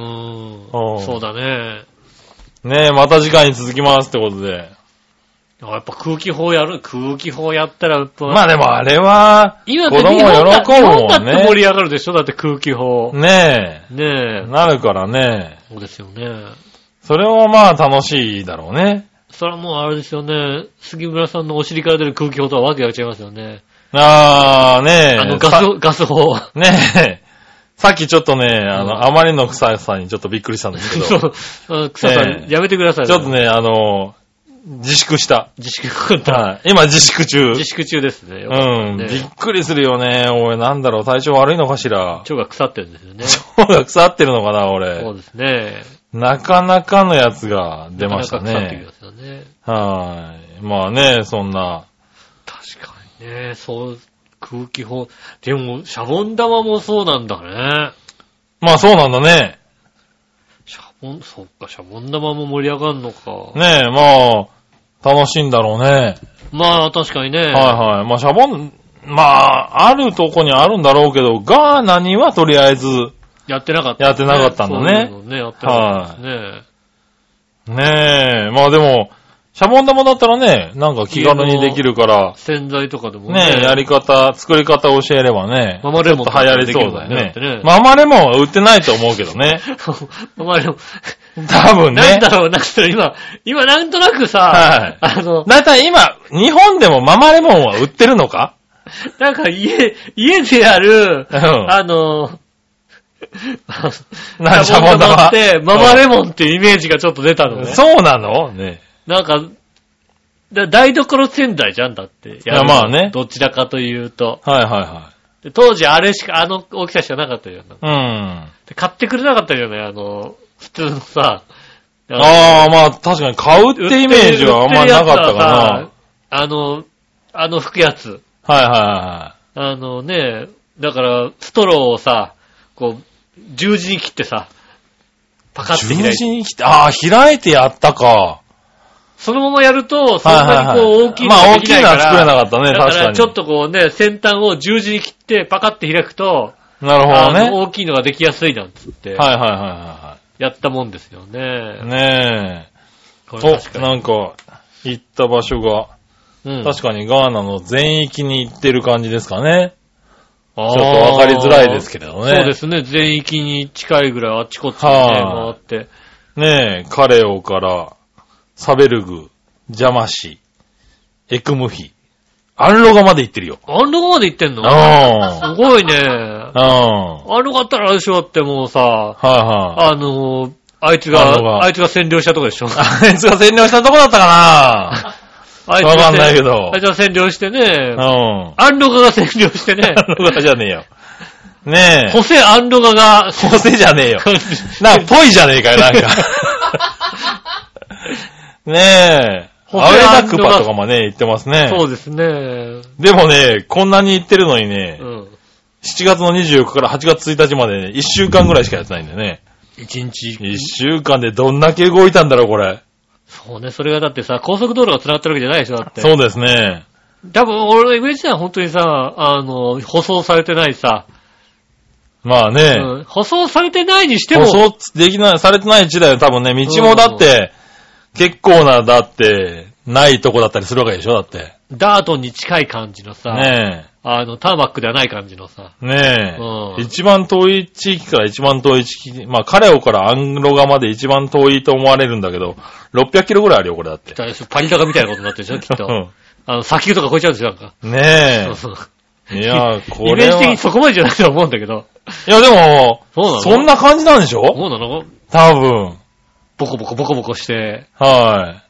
そうだね。 ねえ、また次回に続きますってことで。 やっぱ空気砲やる、空気砲やったら、 まあでもあれは、今子供喜ぶもんね。 日本だって盛り上がるでしょだって空気砲。 ねえ。 ねえ。 なるからね。 そうですよね。 それもまあ楽しいだろうね。 それはもうあれですよね。杉村さんのお尻から出る空気砲とはわけが違いますよね。 あーねえ。 あのガス、ガス砲。 ねえ。さっきちょっとね、あの、うん、あまりの臭さにちょっとびっくりしたんですけど。 そう。臭さ、ね、やめてください、ね。 ちょっとね、あの、自粛した。 自粛だ。 はい。今自粛中。 自粛中ですね。 ねうん。びっくりするよね。おい、なんだろう、体調悪いのかしら。 腸が腐ってるんですよね。 腸が腐ってるのかな、俺。 そうですね。 なかなかのやつが出ましたね。 なかなか腐ってきますよね。 はい。まあね、そんな。 確かにね、そう、空気砲。でも、シャボン玉もそうなんだね。 まあそうなんだね。 シャボン、そっか、シャボン玉も盛り上がるのか。 ねえ、まあ、楽しいんだろうね。 まあ、確かにね。はいはい。まあ、シャボン、まあ、あるとこにあるんだろうけど、ガーナにはとりあえず、 やってなかった、 ね。やってなかったんだね。 そういうのね、やってなかったですね。はい、 ねえ、まあでも、シャボン玉だったらね、なんか気軽にできるから。 洗剤とかでもね。 ねえ、やり方、作り方を教えればね。 ママレモンちょっと流行りそうだよね。ねママレモンは売ってないと思うけどね。 ママレモン。 多分ね。 なんだろう、なんか今、今なんとなくさ、はい。あの、 だいたい今、日本でもママレモンは売ってるのか？ なんか家、家でやる、うん、あの、 なシャボン玉って、ママレモンっていうイメージがちょっと出たのね。 そうなのね。 なんか、だ台所洗剤じゃんだって。いや、まあね。 どちらかというと。 はいはいはい。 で当時あれしか、あの大きさしかなかったじゃん。 うん。 で買ってくれなかったじゃない、あの、普通のさ。 ああ、まあ確かに買うってイメージはあんまりなかったかな。 あの、あの吹くやつ。 はいはいはい。 あのね、だから、ストローをさ、こう、十字に切ってさ、パカッて開いて。 十字に切って、ああ、開いてやったか。 そのままやると、そんなにこう大きいのができないから。 まあ大きいのは作れなかったね、確かに。だからちょっとこうね、先端を十字に切ってパカッて開くと、 なるほどね。 大きいのができやすいなんつって。 はいはいはいはやったもんですよね。 ねえ。と、なんか、行った場所が、うん、確かにガーナの全域に行ってる感じですかね。ちょっとわかりづらいですけれどね。 そうですね。全域に近いぐらいあっちこっちに、ね、回って。 ねえ、カレオから、サベルグ、ジャマシ、エクムヒ、アンロガまで行ってるよ。 アンロガまで行ってんの？ すごいね。アンロガったらあれでしょってもうさ、はいはい、あのー、あいつが、あいつが占領したとこでしょ。 あいつが占領したとこだったかなあいつわかんないけど。 あいつが占領してね。うん。アンロガが占領してね。 アンロガじゃねえよ。ねえ。 ホセアンロガが。 ホセじゃねえよ。なんか、ぽいじゃねえかよ、なんか。ねえ。アウェダクパとかもね、行ってますね。 そうですね。 でもね、こんなに行ってるのにね、うん、しちがつのにじゅうよっかからはちがつついたちまでね、いっしゅうかんぐらいしかやってないんだよね。 いちにち。 いっしゅうかんでどんだけ動いたんだろう、これ。 そうね、それがだってさ、高速道路が繋がってるわけじゃないでしょ、だって。 そうですね。 多分、俺のイメージでは本当にさ、あの、舗装されてないさ。 まあね、 うん。舗装されてないにしても。 舗装できない、されてない地だよ、多分ね。道もだって、結構な、だって、ないとこだったりするわけでしょ、だって。 ダートに近い感じのさ。 ねえ。 あの、ターマックではない感じのさ。 ねえ。うん、一番遠い地域から一番遠い地域、まあ、カレオからアンロガまで一番遠いと思われるんだけど、ろっぴゃくキロぐらいあるよ、これだって。 パリ高みたいなことになってるでしょ、きっと。うん。あの、砂丘とか越えちゃうんですよ、なんか。 ねえ。 そうそう。 いや、これは。 イメージ的にそこまでじゃないと思うんだけど。 いや、でも、そうなの？そんな感じなんでしょ？ そうなの？ 多分。 ボコボコボコボコして。 はい。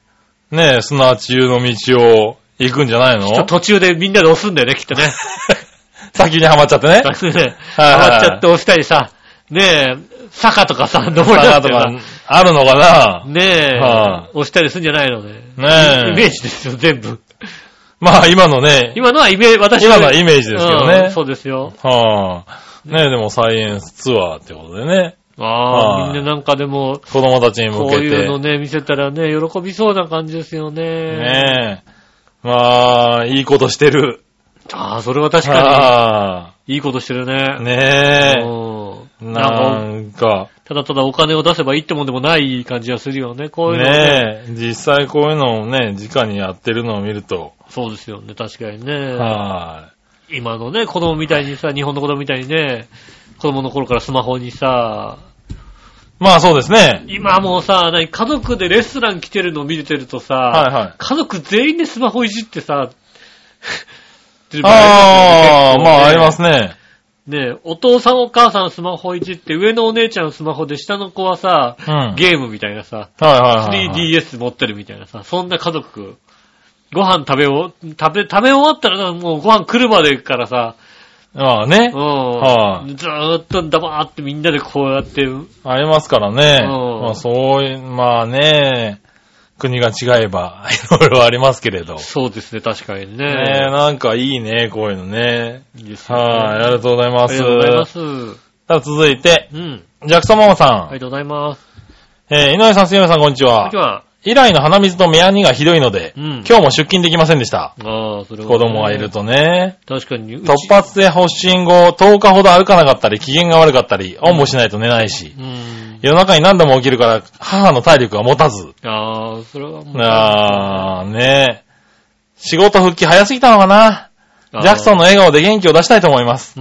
ねえ、砂中の道を行くんじゃないの？ きっと途中でみんなで押すんだよね、きっとね。 先にはまっちゃってね。 先にね。はまっちゃって押したりさ。ねえ、坂とかさ、登りだとか。 あるのかな？ ねえ、はあ、押したりするんじゃないのね。 ねえ。 イメージですよ、全部。 まあ、今のね。 今のはイメージ、私は。今のはイメージですよね、 うん。そうですよ。 はあ。ねえ、でもサイエンスツアーってことでね。 ああ、はあ、みんななんかでも、 子供たちに向けて。 こういうのね、見せたらね、喜びそうな感じですよね。 ねえ。まあ、いいことしてる。 ああ、それは確かに。いいことしてるね。 ねえ。うん、なんか。 ただただお金を出せばいいってもんでもない感じがするよね。こういうのね。 ねえ。実際こういうのをね、直にやってるのを見ると。 そうですよね、確かにね。 はい。 今のね、子供みたいにさ、日本の子供みたいにね、子供の頃からスマホにさ、 まあそうですね。 今もうさ、何、家族でレストラン来てるのを見てるとさ、 はいはい、 家族全員でスマホいじってさ、 ああ、まあありますね。 ねえ、お父さんお母さんスマホいじって、上のお姉ちゃんスマホで、下の子はさ、うん、ゲームみたいなさ、 はいはいはいはい、 スリーディーエス 持ってるみたいなさ、そんな家族、ご飯食べを、食べ、食べ終わったらもうご飯来るまでからさ、 ああね。 うん。はあ、ずーっと黙ってみんなでこうやって。 ありますからね。うん。まあそういう、まあね、国が違えば、いろいろありますけれど。 そうですね、確かにね。 ねえ、なんかいいね、こういうのね。 いいですね。 はい、ありがとうございます。 ありがとうございます。 さあ続いて、 うん。 ジャクソンママさん。 ありがとうございます。 えー、井上さん、杉村さん、こんにちは。 こんにちは。 以来の鼻水と目やにがひどいので、うん、今日も出勤できませんでした。 ああ、それは、ね。 子供がいるとね。 確かに。 突発性発疹後、とおかほど歩かなかったり、機嫌が悪かったり、おんぶしないと寝ないし、うん、夜中に何度も起きるから、母の体力が持たず。 ああ、それはもう。 ああ、ねえ。仕事復帰早すぎたのかな。ジャクソンの笑顔で元気を出したいと思います。 うん、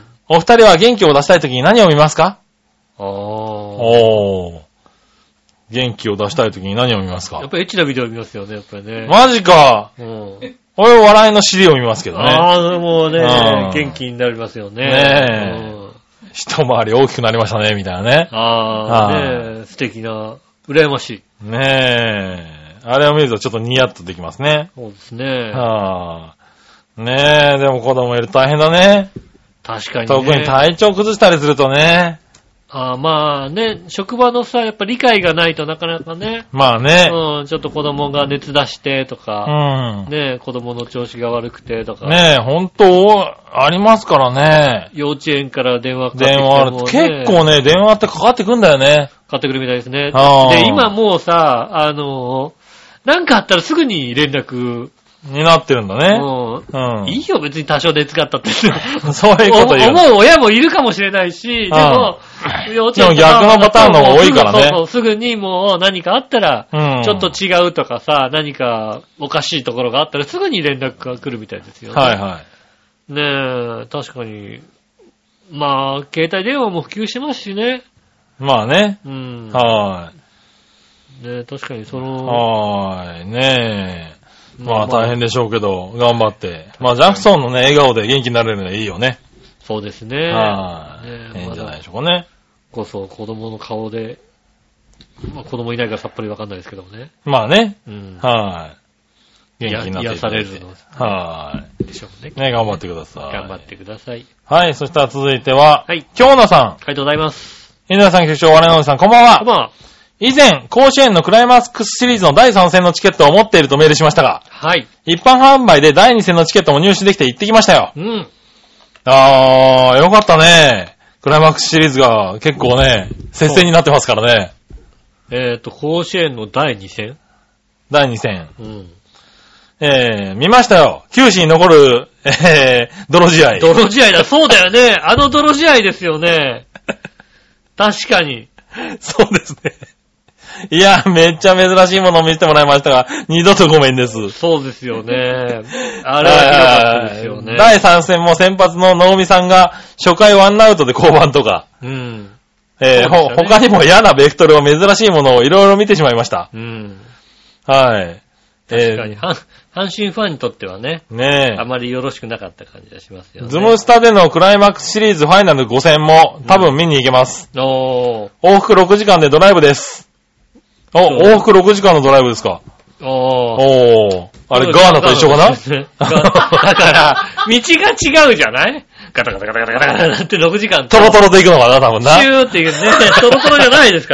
お二人は元気を出したいときに何を見ますか？ ああ。 おー。元気を出したいときに何を見ますか？ やっぱりエッチなビデオ見ますよね、やっぱりね。 マジか。 うん。 俺は笑いの尻を見ますけどね。 ああ、もうね、うん、元気になりますよね。 ねえ、うん。一回り大きくなりましたね、みたいなね。 ああ、ねえ、素敵な、羨ましい。 ねえ。あれを見るとちょっとニヤッとできますね。 そうですね。 はあ。ねえ、でも子供いると大変だね。 確かにね。 特に体調崩したりするとね。 ああまあね、職場のさ、やっぱ理解がないとなかなかね。 まあね。 うん、ちょっと子供が熱出してとか。 うん。 ね、子供の調子が悪くてとか。 ねえ、ほんと、ありますからね。 幼稚園から電話かかってきて、 ね。電話ある。結構ね、電話ってかかってくんだよね。 かかってくるみたいですね。で、今もうさ、あの、なんかあったらすぐに連絡、 になってるんだね。 うん。いいよ、別に多少熱があったって。 そういうこと言う。 思う親もいるかもしれないし、でも、 幼稚園でも逆のパターンの方が多いからね。 そうそう、すぐにもう何かあったら、うん、ちょっと違うとかさ、何かおかしいところがあったらすぐに連絡が来るみたいですよね。 はいはい。 ねえ、確かに。まあ、携帯電話も普及してますしね。 まあね。 うん。 はい。 ねえ、確かにその。 はい。ねえ。まあ大変でしょうけど、頑張って。まあジャクソンのね、笑顔で元気になれるのはいいよね。 そうですね。 はい。いいんじゃないでしょうかね。 こそ子供の顔で、まあ子供いないからさっぱりわかんないですけどもね。 まあね。 うん。 はい。元気になって癒されるの。 はい。 でしょうね。 ね、頑張ってください。 頑張ってください。 はい、そしたら続いては、 はい。 京奈さん。 ありがとうございます。 稲田さん局長、我々のさん、こんばんは。 こんばんは。 以前、甲子園のクライマックスシリーズのだいさん戦のチケットを持っているとメールしましたが、 はい。 一般販売でだいに戦のチケットも入手できて行ってきましたよ。 うん。 あー、よかったね。クライマックスシリーズが結構ね、接戦になってますからね。 えっと、甲子園のだいに戦だいに戦。 うん。 えー、見ましたよ。球史に残る、えー、泥試合。 泥試合だ、そうだよね。あの泥試合ですよね。確かに。 そうですね。いや、めっちゃ珍しいものを見せてもらいましたが、二度とごめんです。 そうですよね。あれはひどかったですよね。 だいさん戦も先発の能見さんが初回ワンアウトで降板とか。 うん。 えーね、他にも嫌なベクトルを珍しいものをいろいろ見てしまいました。 うん。 はい。 確かに、えー、阪神ファンにとってはね。 ねえ。 あまりよろしくなかった感じがしますよね。 ズムスタでのクライマックスシリーズファイナルご戦も多分見に行けます。 うん、おー。 往復ろくじかんでドライブです。お、往復ろくじかんのドライブですか。 おー。 おー。あれ、ガーナと一緒かなだから、道が違うじゃないガタガタガタガタガタガタってろくじかん。 トロトロで行くのかな、多分な。 シューって言うね。トロトロじゃないですから。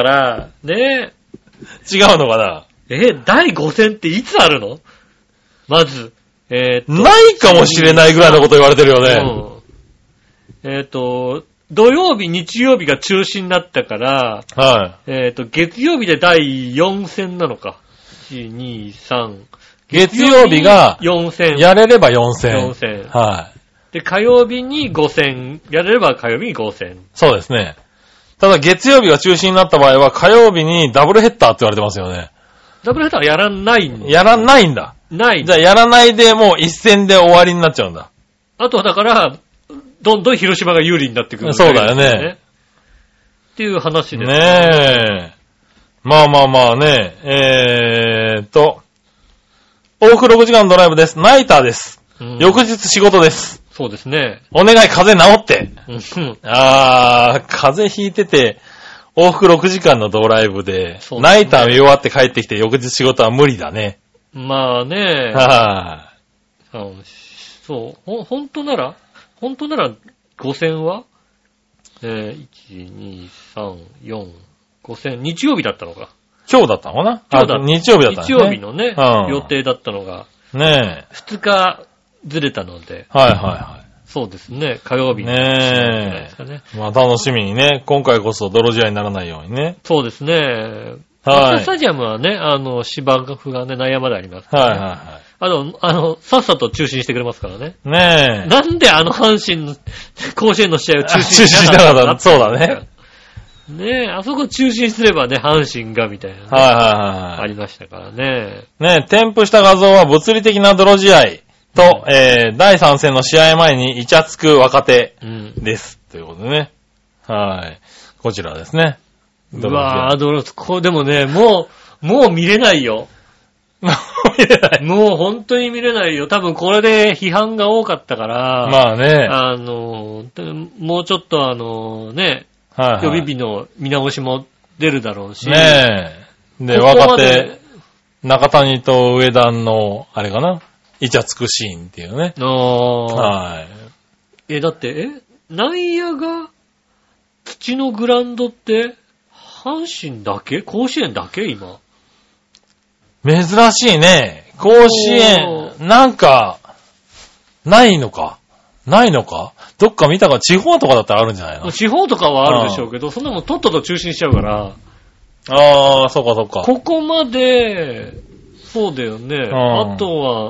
ね違うのかな。 え、だいご戦っていつあるのまず。えー、っと。 ないかもしれないぐらいのこと言われてるよね。 うん、えー、っと、土曜日、日曜日が中止になったから、 はい。 えー、っと、月曜日でだいよん戦なのか。いち、に、さん。 月曜日が、 よん戦。 やれればよん戦。 よん戦。 はい。 で、火曜日にご戦。やれれば火曜日にご戦。 そうですね。ただ月曜日が中止になった場合は火曜日にダブルヘッダーって言われてますよね。 ダブルヘッダーはやらないんだ。 やらないんだ。 ない。 じゃあやらないでもう一戦で終わりになっちゃうんだ。 あとはだから、どんどん広島が有利になってくる、 ね。そうだよね。 っていう話ですね。ねえ。まあまあまあね。えーっと。往復ろくじかんのドライブです。ナイターです。うん、翌日仕事です。 そうですね。 お願い、風邪治って。あー、風邪ひいてて、往復ろくじかんのドライブで、ね、ナイター見終わって帰ってきて翌日仕事は無理だね。 まあね。 はぁ、そう。ほ、本当なら本当ならご戦はえー、いち、に、さん、よん、ご戦。日曜日だったのか。 今日だったのかな今日だった。 日曜日だったね。 日曜日のね、 うん、 予定だったのが。 ねえ。 ふつかずれたので。 はいはいはい。 そうですね。火曜日に。 ねえ。ねまあ楽しみにね。今回こそ泥試合にならないようにね。 そうですね。 はい。 スタジアムはね、あの、芝生がね、内野までありますから、ね。はいはいはい。 あの、あの、さっさと中止にしてくれますからね。 ねえ。 なんであの阪神の、甲子園の試合を中止にしなかった中止しなかった。そうだね。 ねえ、あそこ中止にすればね、阪神がみたいな、ね。 はいはいはい。 ありましたからね。 ねえ、添付した画像は物理的な泥試合と、うん、えー、だいさん戦の試合前にイチャつく若手です。うん、ということでね。はい。こちらですね。 うわぁ、泥、こう、でもね、もう、もう見れないよ。 もう見れない。 もう本当に見れないよ。多分これで批判が多かったから。 まあね。 あの、もうちょっとあの、ね、 はいはい、 予備日の見直しも出るだろうし。 ねえ。で、若手、中谷と上田の、あれかな、イチャつくシーンっていうね。 ああ。 はい。 え、だって、え内野が土のグラウンドって、阪神だけ甲子園だけ今。 珍しいね。甲子園、なんか、ないのかないのかどっか見たか、地方とかだったらあるんじゃないの？ 地方とかはあるでしょうけど、そんなもんとっとと中止にしちゃうから。 ああ、そうかそうか。 ここまで、そうだよね。あとは、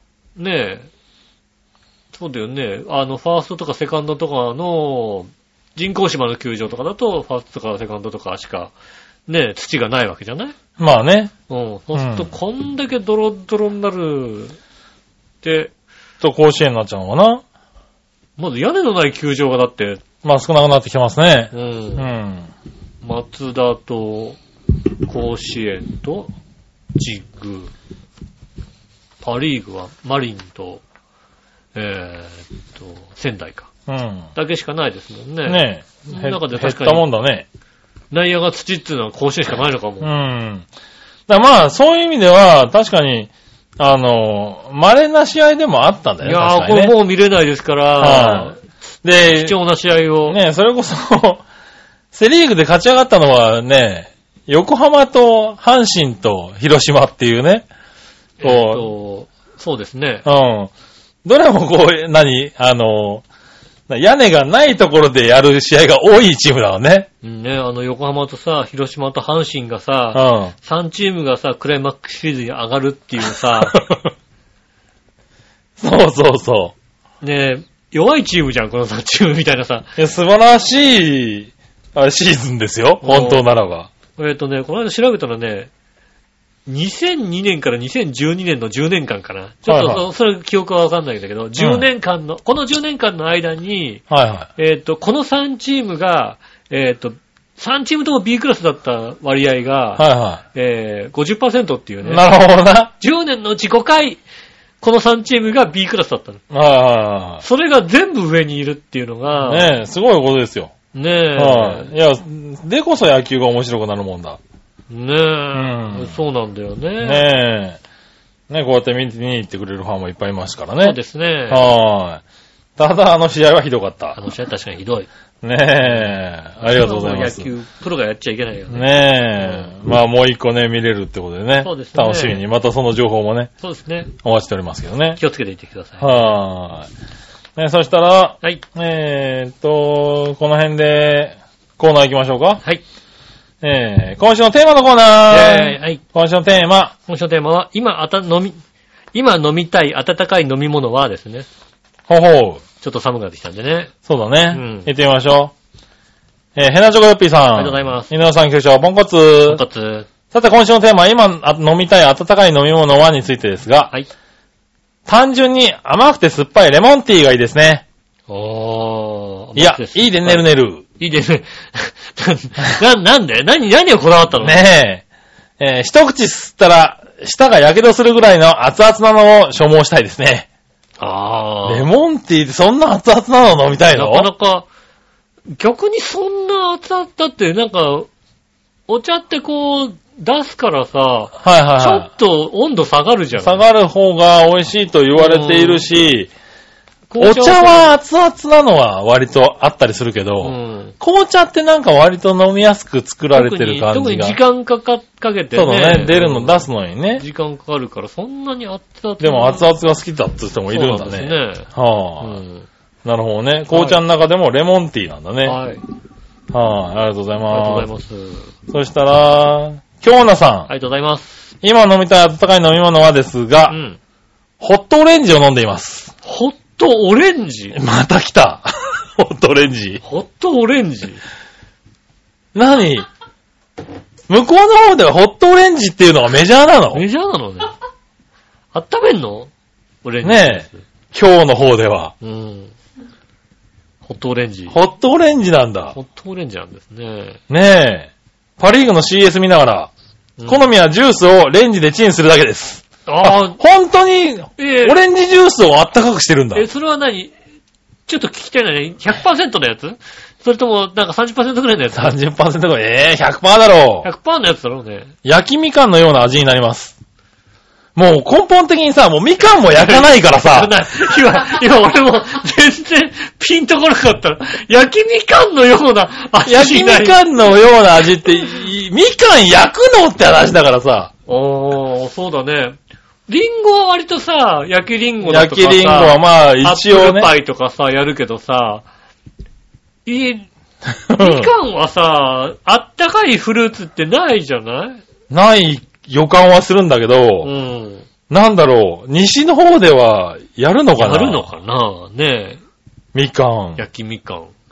ねえ、そうだよね。あの、ファーストとかセカンドとかの、 人工芝の球場とかだと、ファーストとかセカンドとかしか、ね、土がないわけじゃない？ まあね。 うん。そうすると、こんだけドロドロになる、で、 と、甲子園になっちゃうのかな？ まず屋根のない球場がだって、 まあ少なくなってきてますね。 うん。うん。 松田と、甲子園と、ジッグ。パリーグはマリンと、えーっと、仙台か。 うん。 だけしかないですもんね。 ねえ。 中で確かに。 減ったもんだね。 内野が土っていうのは甲子園しかないのかも。 うん。だまあ、そういう意味では、確かに、あの、稀な試合でもあったんだよね。 いやー、 ね、 これもう見れないですから、 はい、で、 貴重な試合を。 ね、それこそ、セリーグで勝ち上がったのはね、横浜と阪神と広島っていうね、 こう、えーと、そうですね。 うん。どれもこう、何あの、屋根がないところでやる試合が多いチームだよね。 うんね、あの、横浜とさ、広島と阪神がさ、うん、さんチームがさ、クライマックスシリーズに上がるっていうさ、 そうそうそう。 ねえ、弱いチームじゃん、このさんチームみたいなさ。 いや、素晴らしい、あれシーズンですよ、本当ならば。 えっ、ー、とね、この間調べたらね、にせんにねんからにせんじゅうにねんのじゅうねんかんかな。ちょっと、はいはい、それ記憶はわかんないんだけど、じゅうねんかんの、うん、このじゅうねんかんの間に、 はいはい、 えっ、ー、と、このさんチームが、えっ、ー、と、さんチームとも B クラスだった割合が、 はいはい、 えー、ごじゅっパーセント っていうね。 なるほどな。 じゅうねんのうちごかい、このさんチームが B クラスだったの。 はいはいはい。 それが全部上にいるっていうのが、 ねえ、すごいことですよ。 ねえ。 はい。いや、でこそ野球が面白くなるもんだ。 ねえ、うん、そうなんだよね。 ねえ。ねこうやって見に行ってくれるファンもいっぱいいますからね。 そうですね。 はい。ただあの試合はひどかった。 あの試合確かにひどい。 ねえ。ありがとうございます。 野球、プロがやっちゃいけないよね。 ねえ。うん、まあもう一個ね、見れるってことでね。 そうですね。 楽しみに。またその情報もね。 そうですね。 お待ちしておりますけどね。 気をつけていってください。 はい。ね、そしたら、 はい。 えーっと、この辺でコーナー行きましょうか。 はい。 えー、今週のテーマのコーナー。 えー、はい。 今週のテーマ。 今週のテーマは、今、あた、飲み、今飲みたい温かい飲み物はですね。 ほうほう。 ちょっと寒くなってきたんでね。 そうだね。 うん。 行ってみましょう。えー、ヘナチョコヨッピーさん。 ありがとうございます。 井上さん、局長、ポンコツ。 ポンコツ。 さて、今週のテーマは、今飲みたい温かい飲み物はについてですが。 はい。 単純に甘くて酸っぱいレモンティーがいいですね。 おー。 いや、いいでねるねる。 いいでね。な、なんで何、何をこだわったのねえ。えー、一口吸ったら、舌が火傷するぐらいの熱々なのを所望したいですね。 あー。 レモンティーってそんな熱々なの飲みたいの？ なかなか、逆にそんな熱々だって、なんか、お茶ってこう、出すからさ、 はいはいはい、 ちょっと温度下がるじゃん。 下がる方が美味しいと言われているし、お茶は熱々なのは割とあったりするけど、うん、紅茶ってなんか割と飲みやすく作られてる感じが。 特に時間かか、かけてね。 そうだね。出るの出すのにね。 時間かかるからそんなに熱々。 でも熱々が好きだって人もいるんだね。そうなんですね。はぁ、あうん、なるほどね。紅茶の中でもレモンティーなんだね。はい。はい、あ、ありがとうございます。 ありがとうございます。 そしたら、京奈さん。 ありがとうございます。 今飲みたい温かい飲み物はですが、うん、ホットオレンジを飲んでいます。 ホットオレンジまた来た。ホットオレンジ。 ホットオレンジ何向こうの方ではホットオレンジっていうのがメジャーなの？ メジャーなのね。温めんのオレンジ。 ねえ。今日の方では。 うん。ホットオレンジ。 ホットオレンジなんだ。 ホットオレンジなんですね。 ねえ。パリーグの シーエス 見ながら、うん、好みはジュースをレンジでチンするだけです。ああ。本当に、えー、オレンジジュースをあったかくしてるんだ。 え、それは何？ちょっと聞きたいのね。ひゃくパーセント のやつ？それとも、なんか さんじゅっパーセント ぐらいのやつ？ さんじゅっパーセント ぐらい。ええー、ひゃくパーセント だろう。 ひゃくパーセント のやつだろうね。 焼きみかんのような味になります。もう根本的にさ、もうみかんも焼かないからさ。 今、今俺も全然ピンとこなかった。焼きみかんのような味。 焼きみかんのような味って、みかん焼くのって話だからさ。 おー、そうだね。リンゴは割とさ、焼きリンゴだとかさ。 焼きリンゴはまあ一応ね。 アップルパイとかさ、やるけどさ、いい、みかんはさ、あったかいフルーツってないじゃないない予感はするんだけど、 うん、 なんだろう、西の方ではやるのかなやるのかなねえ。 みかん。 焼きみかん。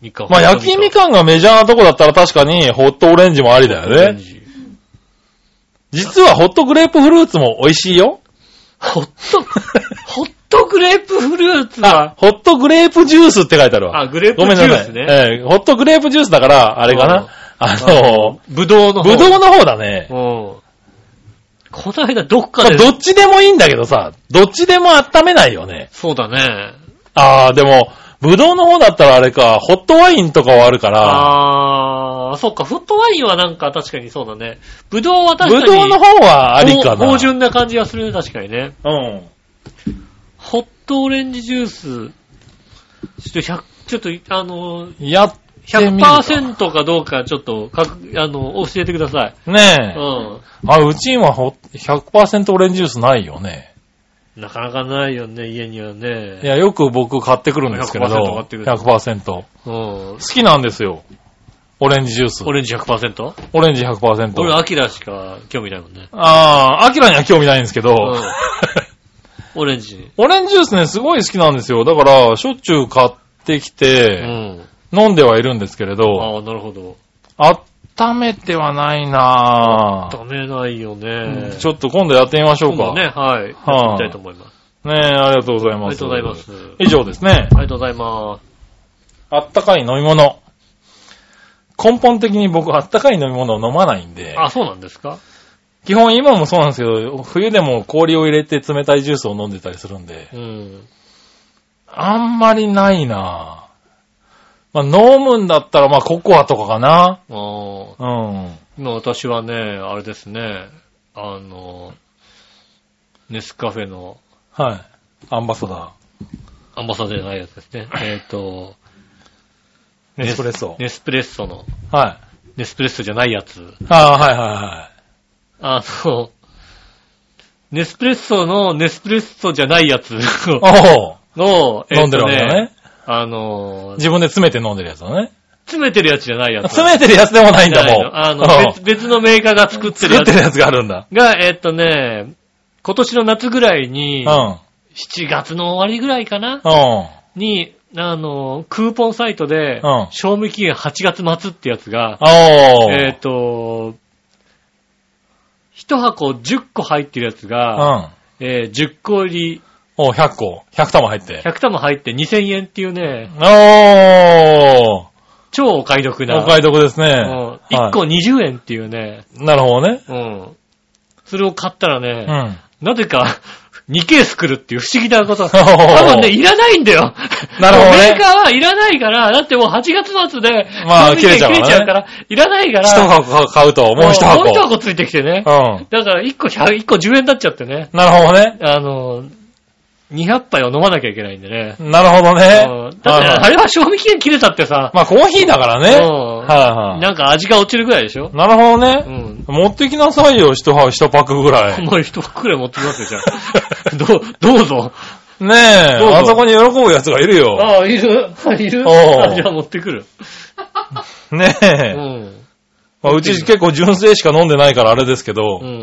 みかん。 まあ焼きみかんがメジャーなとこだったら確かにホットオレンジもありだよね。実はホットグレープフルーツも美味しいよ。 ホット、ホットグレープフルーツはホットグレープジュースって書いてあるわ。 あ、グレープジュースね。ごめんなさい。 えー、ホットグレープジュースだから、あれかな。あの、 ぶどうの方。 ぶどうの方だね。 うん。この間どっかで。 まあ、どっちでもいいんだけどさ、どっちでも温めないよね。 そうだね。 あー、でも、ぶどうの方だったらあれか、ホットワインとかはあるから。 あー、そっか、ホットワインはなんか確かにそうだね。ぶどうは確かに。 ぶどうの方はありかな。 芳醇な感じがするね、確かにね。 うん。 ホットオレンジジュース、ちょっとひゃく、ちょっと、あの、 やってみるかひゃくパーセント かどうかちょっと、かあの、教えてください。 ねえ。 うん。 あ、うちには ひゃくパーセント オレンジジュースないよね。 なかなかないよね、家にはね。 いや、よく僕買ってくるんですけど、ひゃくパーセント 買ってくる。ひゃくパーセント。 うん。 好きなんですよ。オレンジジュース。 オレンジ ひゃくパーセント？ オレンジ ひゃくパーセント。 俺、アキラしか興味ないもんね。 あー、アキラには興味ないんですけど、うん、 オレンジ。 オレンジジュースね、すごい好きなんですよ。だから、しょっちゅう買ってきて、うん、飲んではいるんですけれど、 ああ、なるほど。 温めてはないなぁ。 温めないよね。 ちょっと今度やってみましょうか。 今度ね、はい。やってみたいと思います。 ねえ、ありがとうございます。 ありがとうございます。 以上ですね。 ありがとうございます。 あったかい飲み物。根本的に僕、あったかい飲み物を飲まないんで。 あ、そうなんですか？ 基本今もそうなんですけど、冬でも氷を入れて冷たいジュースを飲んでたりするんで。うん。あんまりないなぁ。まあ、飲むんだったら、まあ、ココアとかかな。ああ。うん。 今私はね、あれですね、あの、ネスカフェの。 はい。アンバサダー。 アンバサダーじゃないやつですね。えっと、 ネスプレッソ。 ネスプレッソの。 はい。 ネスプレッソじゃないやつ。 ああ、はいはいはい。 あの、ネスプレッソのネスプレッソじゃないやつを、 の、 飲んでるわけだね。 あのー、 自分で詰めて飲んでるやつだね。 詰めてるやつじゃないやつ。 詰めてるやつでもないんだもん。 あの、別、別のメーカーが作ってるやつ。 作ってるやつがあるんだ。 が、えー、っとね、今年の夏ぐらいに、 うん、 しちがつの終わりぐらいかな、 うん、 に、あの、クーポンサイトで、 うん、 賞味期限はちがつ末ってやつが、えー、っと、一箱じゅっこ入ってるやつが、うん、えー、じゅっこ入り、 お、ひゃっこ。ひゃく玉入って。 ひゃく玉入ってにせんえんっていうね。 おー。 超お買い得な。 お買い得ですね。 うん。いっこにじゅうえんっていうね。 なるほどね。 うん。それを買ったらね、 うん。 なぜかにケース来るっていう不思議なこと。多分ね、いらないんだよ。 なるほどね。 メーカーはいらないから、だってもうはちがつ末で、 まあ、切れちゃうから、ね。 切れちゃうから、いらないから。 一箱買うと、もう一箱。 もう一箱ついてきてね。 うん。 だからいっこひゃく、いっこじゅうえんになっちゃってね。 なるほどね。 あの、にひゃくぱいを飲まなきゃいけないんでね。 なるほどね。 うん、だって、あれは賞味期限切れたってさ。 まあコーヒーだからね。うん。 はいはい。なんか味が落ちるぐらいでしょ。 なるほどね。うん。持ってきなさいよ、一箱、一パックぐらい。 もう一パックぐらい持ってきますよ、じゃあ。どう、どうぞ。 ねえ、あそこに喜ぶやつがいるよ。 ああ、いる。いる。 あじゃあ持ってくる。 ねえ。うん。まあ、うち結構純正しか飲んでないからあれですけど。うん。うん。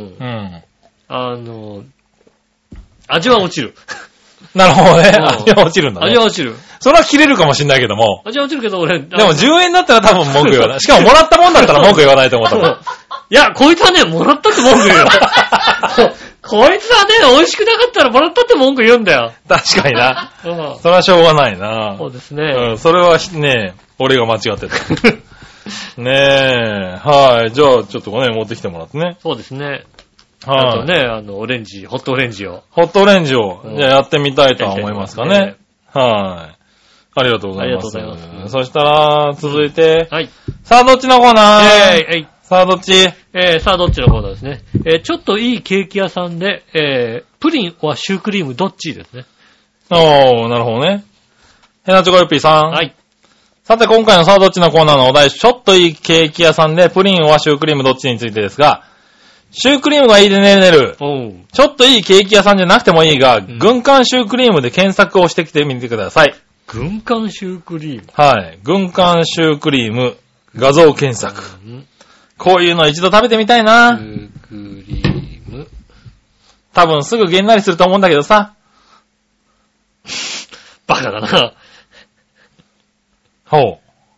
あの、味は落ちる。 なるほどね。味は落ちるんだね。 味は落ちる。 それは切れるかもしんないけども。 味は落ちるけど俺。 でもじゅうえんだったら多分文句言わない。しかももらったもんだったら文句言わないと思ったもん。いや、こいつはね、もらったって文句言うよ。こいつはね、美味しくなかったらもらったって文句言うんだよ。 確かにな。うん、それはしょうがないな。 そうですね。 うん、それはね、俺が間違ってた。ねえ。はい。じゃあ、ちょっとね、持ってきてもらってね。 そうですね。 はい。 あとね、あの、オレンジ、ホットオレンジを。 ホットオレンジを、じゃあやってみたいとは思いますかね。はい。ありがとうございます。ありがとうございます。そしたら、続いて。 はい。 さあ、どっちのコーナー？ えー、えい。 さあ、どっち？ えー、さあ、どっちのコーナーですね。えー、ちょっといいケーキ屋さんで、えー、プリンはシュークリームどっちですね。 おー、なるほどね。ヘナチョコヨッピーさん。 はい。 さて、今回のさあ、どっちのコーナーのお題、ちょっといいケーキ屋さんで、プリンはシュークリームどっちについてですが、シュークリームがいいでねるねる。ちょっといいケーキ屋さんじゃなくてもいいが、うん、軍艦シュークリームで検索をしてきてみてください。 軍艦シュークリームはい。軍艦シュークリーム、画像検索。うん、こういうの一度食べてみたいな。 シュークリーム。 多分すぐげんなりすると思うんだけどさ。 バカだな。 ほう。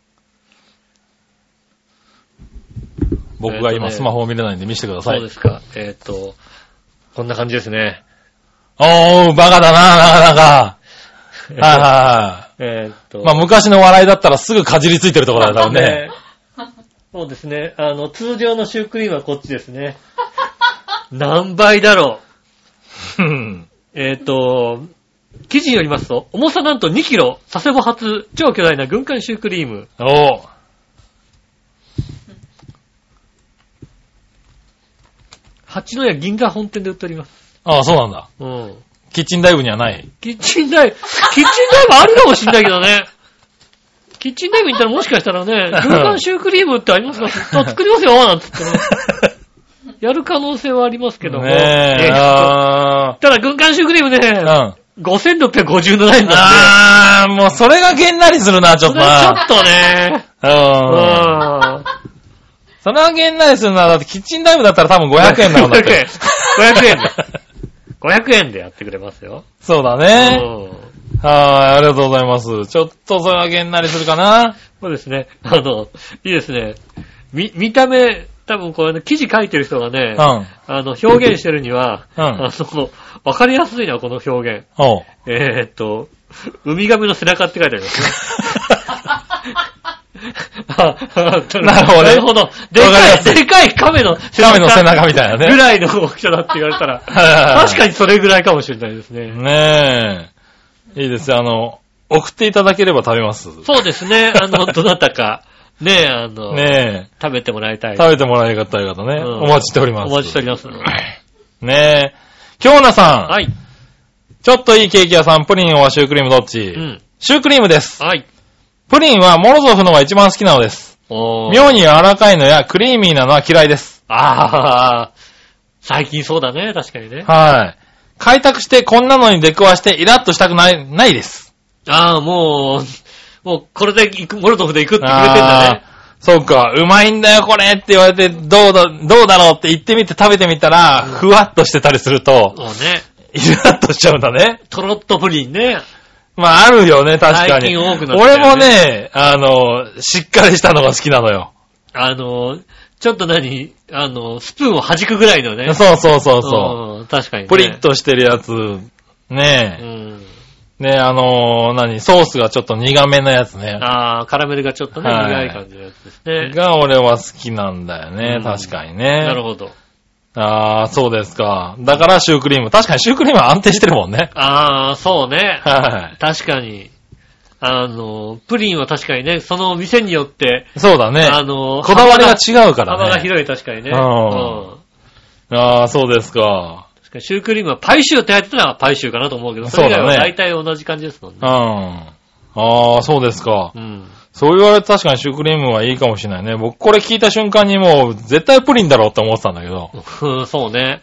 僕が今スマホを見れないんで見せてください。 そうですか。えっと、こんな感じですね。 おー、バカだな、なかなか。はいはいはい。えっと。まあ昔の笑いだったらすぐかじりついてるところだったね。 そうですね。あの、通常のシュークリームはこっちですね。何倍だろう。えっと、記事によりますと、重さなんとにキロ、佐世保初超巨大な軍艦シュークリーム。 おー。 八戸屋銀座本店で売っております。 ああ、そうなんだ。 うん。 キッチンダイブにはない。 キッチンダイブ、キッチンダイブあるかもしんないけどね。キッチンダイブに行ったらもしかしたらね、軍艦シュークリームってありますか作りますよなんつってね。やる可能性はありますけども。ねえ。えー、あただ軍艦シュークリームね、うん、ごせんろっぴゃくごじゅうななえんだって。 あー、もうそれがげんなりするな、ちょっとな。 ちょっとね。うん。 それはげんなりするな。だってキッチンダイブだったら多分ごひゃくえんだもんだって。 ごひゃくえん。ごひゃくえんで。ごひゃくえんでやってくれますよ。 そうだね。うんはい、ありがとうございます。ちょっとそれはげんなりするかな。 そうですね。あの、いいですね。み、見た目、多分これね、記事書いてる人がね、うん、あの、表現してるには、うん、あの、わかりやすいのはこの表現。おうえー、っと、ウミガメの背中って書いてありますね。 なるほどね。 なるほど。でかい、でかい亀の背中。亀の背中みたいなね。 ぐらいの大きさだって言われたら、確かにそれぐらいかもしれないですね。 ねえ。いいですよ。あの、送っていただければ食べます。 そうですね。あの、どなたか、ねえ、あの、 ねえ。 食べてもらいたい。 食べてもらいたい方ね、うん。お待ちしております。 お待ちしております。 ねえ。京奈さん。 はい。 ちょっといいケーキ屋さん、プリンはシュークリームどっち？うん。シュークリームです。 はい。 プリンはモロゾフのが一番好きなのです。妙に柔らかいのやクリーミーなのは嫌いです。 ああ、最近そうだね、確かにね。 はい。開拓してこんなのに出くわしてイラッとしたくない、ないです。 ああ、もう、もうこれで行く、モロゾフで行くって決めてんだね。 そうか、うまいんだよこれって言われて、どうだ、どうだろうって言ってみて食べてみたら、うん、ふわっとしてたりすると、 そうね。 イラッとしちゃうんだね。 トロッとプリンね。 まああるよね、確かに。 最近多くなってる、ね。 俺もね、あの、しっかりしたのが好きなのよ。 あの、ちょっと何あの、スプーンを弾くぐらいのね。 そうそうそうそう。 うん、確かにね。 プリッとしてるやつ、ねえ。うん、ねえ、あの、何ソースがちょっと苦めのやつね。 ああ、カラメルがちょっとね、はい、苦い感じのやつですね。 が俺は好きなんだよね、うん、確かにね。 なるほど。 ああ、そうですか。だからシュークリーム。確かにシュークリームは安定してるもんね。 ああ、そうね。 はい。 確かに。あの、プリンは確かにね、その店によって。 そうだね。 あの、 こだわりが違うからね。 幅が広い、確かにね。うん。 ああ、そうですか。 確かにシュークリームはパイシューって入ってたらパイシューかなと思うけど、それ以外は大体同じ感じですもんね。 うん。ああ、そうですか。うん。そう言われて確かにシュークリームはいいかもしれないね。僕これ聞いた瞬間にもう絶対プリンだろうって思ってたんだけど。 うん、そうね。 うん。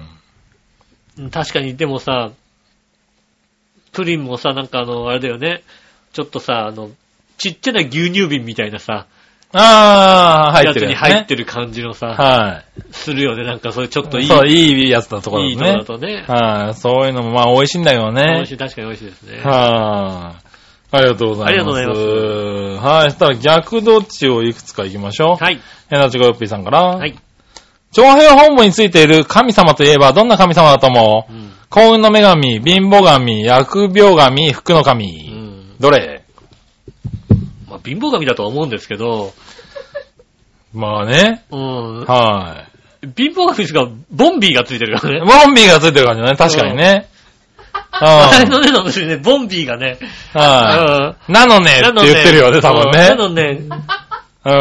確かに、でもさ、プリンもさ、なんかあの、あれだよね。ちょっとさ、あの、ちっちゃな牛乳瓶みたいなさ、 ああ、入ってる、 ね。やつに入ってる感じのさ、 はい。 するよね。なんかそれちょっといい。 そう、いいやつのところですね。 いいところだとね。 はい。そういうのもまあ美味しいんだけどね。 美味しい、確かに美味しいですね。 はい。ありがとうございます。ありがとうございます。 はい。そしたら逆どっちをいくつか行きましょう。 はい。 ヘナチョコヨッピーさんから。 はい。 長平本部についている神様といえばどんな神様だと思う、うん、幸運の女神、貧乏神、疫病神、福の神。うん、どれ？ まあ、貧乏神だとは思うんですけど。 まあね。 うん。 はい。 貧乏神ですが、ボンビーがついてるからね。 ボンビーがついてる感じだね。確かにね。 あれのね、のね、ボンビーがね。 はい。なのねって言ってるよね、多分ね。 なのね。うん。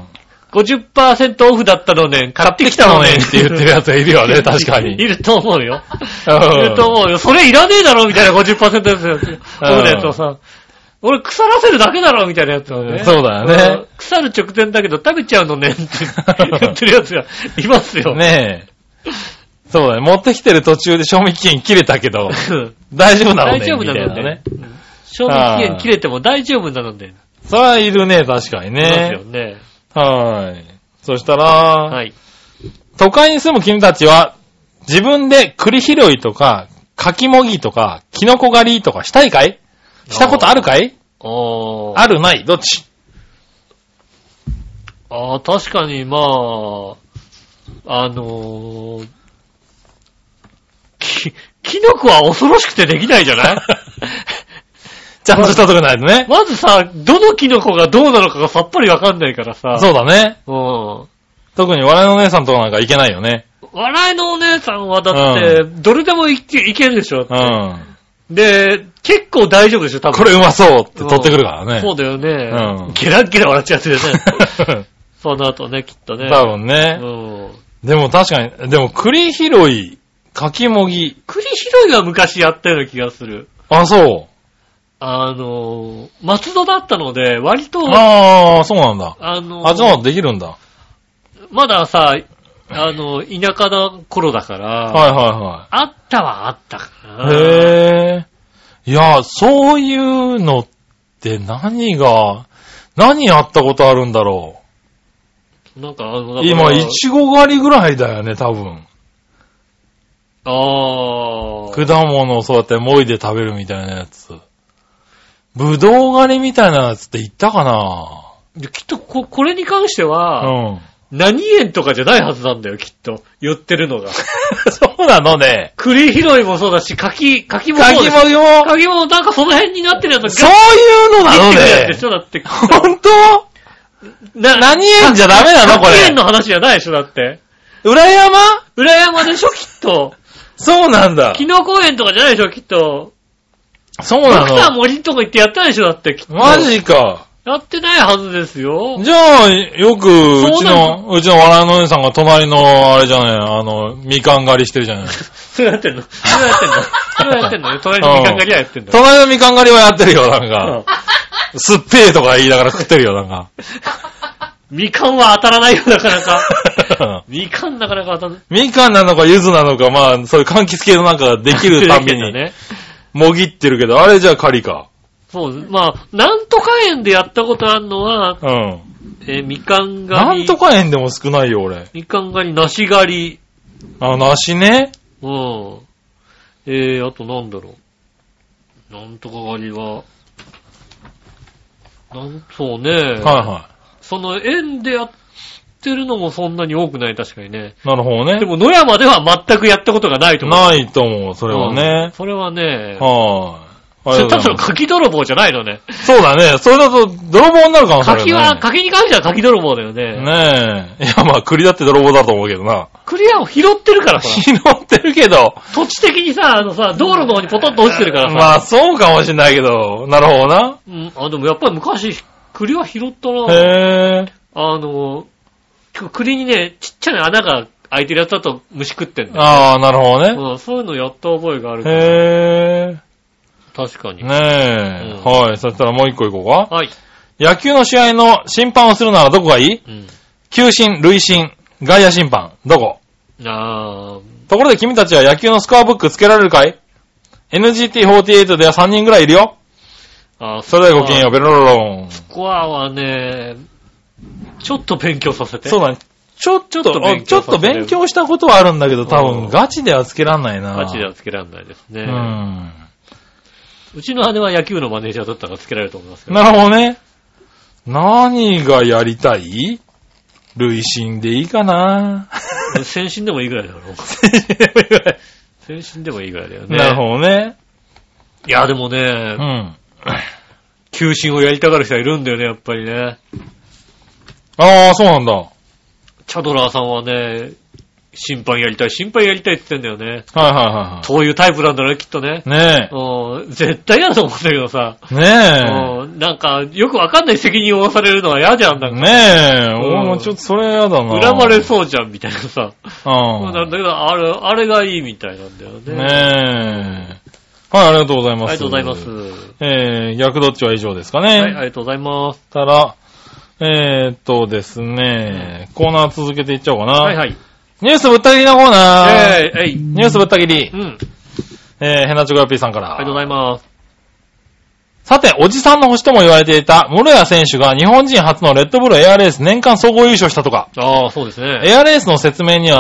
ごじゅっパーセント オフだったのね、買ってきたのねって言ってるやつがいるよね、確かに。 いると思うよ。いると思うよ。それいらねえだろみたいな ごじゅっパーセント ですよ。オフのやつをさ。俺腐らせるだけだろみたいなやつをね。 そうだよね。 腐る直前だけど食べちゃうのねって言ってるやつがいますよ。 ねえ。そうだね。持ってきてる途中で賞味期限切れたけど、大丈夫なのね。 大丈夫なのね。賞味期限切れても大丈夫なので。 それはいるね、確かにね。 いますよね。 はい。そしたら、 はい。 都会に住む君たちは、自分で栗拾いとか、柿もぎとか、キノコ狩りとかしたいかい？したことあるかい？ おー。 あるないどっち？ ああ、確かに、まあ、あのー、き、キノコは恐ろしくてできないじゃないちゃんとしたとこないとね。 まずさ、どのキノコがどうなのかがさっぱりわかんないからさ。 そうだね。 うん。 特に笑いのお姉さんとかなんかいけないよね。 笑いのお姉さんはだって、うん、どれでもいけ、いけるでしょって。うん。で、結構大丈夫でしょ、多分。 これうまそうって取ってくるからね。 うん、そうだよね。うん。ゲラッゲラ笑っちゃってるね。その後ね、きっとね。 多分ね。うん。でも確かに、でも栗拾い、柿もぎ。 栗拾いは昔やったような気がする。 あ、そう。 あの、松戸だったので、割と。 ああ、そうなんだ。 あの、 あ、そうできるんだ。 まださ、あの、田舎の頃だから。 はいはいはい。 あったはあったかな。 へえ。いや、そういうのって何が、何やったことあるんだろう。なんか、あの、 今、いちご狩りぐらいだよね、多分。 ああ。 果物をそうやってもいで食べるみたいなやつ。ぶどう狩りみたいなやつって言ったかな？ きっとこ、これに関しては、うん。何円とかじゃないはずなんだよ、きっと。言ってるのが。 そうなのね。 栗拾いもそうだし、柿、柿もそうだし。 柿もよ。 柿もなんかその辺になってるやつそういうのなのね。 でしょ、だって。 ほんと？な、何円じゃダメなのこれ。 何円の話じゃないでしょ、だって。 裏山？ 裏山でしょ、きっと。 そうなんだ。 木の公園とかじゃないでしょ、きっと。 そうなの。 ドクター森とか行ってやったでしょ、だって、きっと。 マジか。 やってないはずですよ。 じゃあ、よく、うちの、うちの笑いのお姉さんが隣の、あれじゃない、あの、みかん狩りしてるじゃない。 そうやってんのそうやってんのそうやってんの隣のみかん狩りはやってんの隣のみかん狩りはやってるよ、なんか。すっぺーとか言いながら食ってるよ、なんか。 みかんは当たらないよ、なかなか。みかんなかなか当たらない。 みかんなのか、柚子なのか、まあ、そういう柑橘系のなんかできるたびに、ね、もぎってるけど、あれじゃあ狩りか。 そう、まあ、なんとか園でやったことあるのは、 うん。 えー、みかん狩り。 なんとか園でも少ないよ、俺。 みかん狩り、梨狩り。 あ、梨ね。 うん。えー、あとなんだろう。なんとか狩りは、なん、そうね。はいはい。 その園でやってるのもそんなに多くない、確かにね。 なるほどね。 でも野山では全くやったことがないと思う。 ないと思う、それはね。 うん、それはね。 はい。 それただの柿泥棒じゃないのね。 そうだね。それだと泥棒になるかもしれない、ね。 柿は、柿に関しては柿泥棒だよね。 ねえ。いや、まあ栗だって泥棒だと思うけどな。 栗は拾ってるからさ。 拾ってるけど。 土地的にさ、あのさ、道路の方にポトッと落ちてるからさ。 まあそうかもしれないけど。なるほどな。 うん。あ、でもやっぱり昔、栗は拾ったな。 へぇー。 あの、栗にね、ちっちゃな穴が開いてるやつだと虫食ってんだよ、ね。 ああ、なるほどね。 うん。そういうのやった覚えがあるから。 へぇー。 確かに。 ねえ、うん。はい。そしたらもう一個いこうか。 はい。 野球の試合の審判をするならどこがいい？うん。球審、塁審、外野審判。どこ？ あー。 ところで君たちは野球のスコアブックつけられるかい？ エヌジーティーフォーティーエイト ではさんにんぐらいいるよ。あー、それではごきげんよう、ベロロロン。 スコアはね、ちょっと勉強させて。 そうだね。ちょっと、ちょっと勉強ちょっと勉強したことはあるんだけど、多分ガチではつけらんないな。 ガチではつけらんないですね。 うん。 うちの姉は野球のマネージャーだったからつけられると思いますけど。 なるほどね。何がやりたい？塁審でいいかな。 先進でもいいぐらいだろ。先進でもいいぐらいだよね。 なるほどね。 いや、でもね、 うん。 球審をやりたがる人はいるんだよね、やっぱりね。 ああ、そうなんだ。 チャドラーさんはね、審判やりたい、審判やりたいって言ってんだよね。 はいはいはい。 そういうタイプなんだろうね、きっとね。 ねえ。 うん、絶対嫌だと思うんだけどさ。 ねえ。 うん、なんか、よくわかんない責任を負わされるのは嫌じゃん、なんか。 ねえ。俺もちょっとそれ嫌だな。 恨まれそうじゃん、みたいなさ。 うん。 なんだけど、あれ、あれがいいみたいなんだよね。 ねえ。はい、ありがとうございます。 ありがとうございます。 えー、逆どっちは以上ですかね。 はい、ありがとうございます。 たら、えーっとですね、コーナー続けていっちゃおうかな。 はいはい。 ニュースぶった切りのコーナー。 えー、えい。 ニュースぶった切り。 うん。 えー、ヘナチョコヨッピーさんから。 ありがとうございます。 さて、おじさんの星とも言われていた、室谷選手が日本人初のレッドブルエアレース年間総合優勝したとか。 ああ、そうですね。 エアレースの説明には、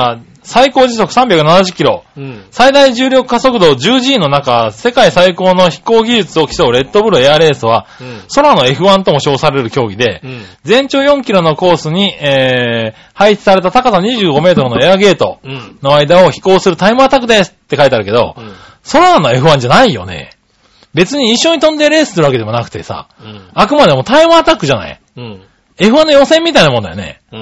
最高時速さんびゃくななじゅっキロ、うん、最大重力加速度 じゅうジー の中、世界最高の飛行技術を競うレッドブルエアレースは、うん、空の エフワン とも称される競技で、うん、全長よんキロのコースに、えー、配置された高さにじゅうごメートルのエアゲートの間を飛行するタイムアタックですって書いてあるけど、うん、空の エフワン じゃないよね。別に一緒に飛んでレースするわけでもなくてさ、うん、あくまでもタイムアタックじゃない、うん、エフワン の予選みたいなもんだよね。うん、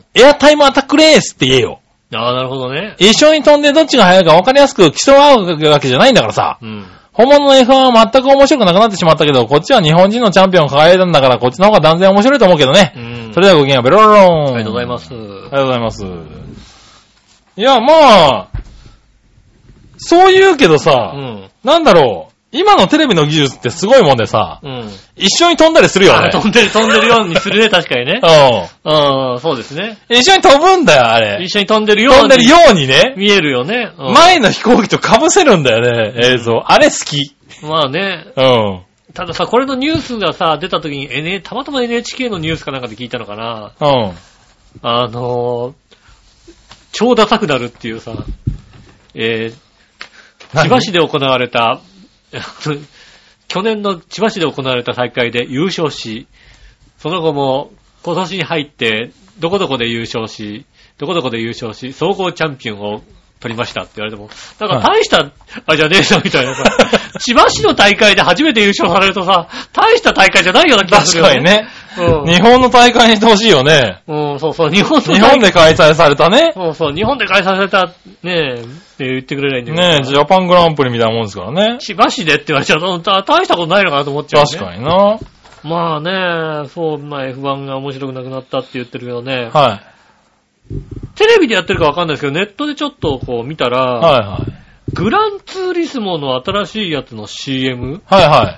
エアタイムアタックレースって言えよ。 ああ、なるほどね。 一緒に飛んでどっちが速いか分かりやすく競うわけじゃないんだからさ。うん、本物の エフワン は全く面白くなくなってしまったけど、こっちは日本人のチャンピオンを輝いたんだから、こっちの方が断然面白いと思うけどね。うん、それではごきげんよう、ベロロローン。 ありがとうございます。ありがとうございます。いや、まあ、そう言うけどさ、うん、なんだろう。今のテレビの技術ってすごいもんでさ、うん、一緒に飛んだりするよね。 飛んでる、飛んでるようにするね、確かにね。うん。うん、そうですね。 一緒に飛ぶんだよ、あれ。 一緒に飛んでるように。 飛んでるようにね。 見えるよね。 うん、前の飛行機と被せるんだよね、映像。うん、あれ好き。 まあね。うん。たださ、これのニュースがさ、出た時に、N、たまたま エヌエイチケー のニュースかなんかで聞いたのかな。うん。あのー、超ダサくなるっていうさ、えー、千葉市で行われた、去年の千葉市で行われた大会で優勝し、その後も今年に入ってどこどこで優勝し、どこどこで優勝し、総合チャンピオンを取りましたって言われても、なんか大した、はい、あれじゃねえなみたいなさ、千葉市の大会で初めて優勝されるとさ、大した大会じゃないような気がするよね。 確かにね。うん、日本の大会にしてほしいよね。 うん、そうそう、日本の大会。 日本で開催されたね。 そうそう、日本で開催された、ねえ、って言ってくれないんだよね。ねえ、ジャパングランプリみたいなもんですからね。 千葉市でって言われちゃうと、大したことないのかなと思っちゃう、ね。 確かにな。 まあね、そう、まあ エフワン が面白くなくなったって言ってるけどね。 はい。 テレビでやってるかわかんないですけど、ネットでちょっとこう見たら、はいはい。グランツーリスモの新しいやつの シーエムはいはい。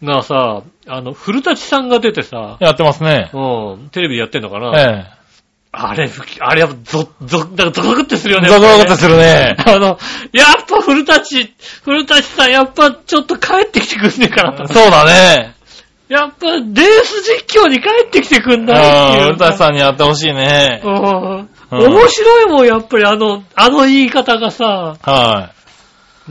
がさ、あの、古舘さんが出てさ、 やってますね。 うん。テレビでやってんのかな。 ええ。 あれ、あれやっぱゾ、ゾ、なんかゾクゾクってするよね。 ゾクゾクってするね。 あの、やっぱ古舘、古舘さんやっぱちょっと帰ってきてくんねえかなと。 そうだね。 やっぱ、レース実況に帰ってきてくんないっていう。 古舘さんにやってほしいね。 うん。面白いもん、やっぱりあの、あの言い方がさ。 はい。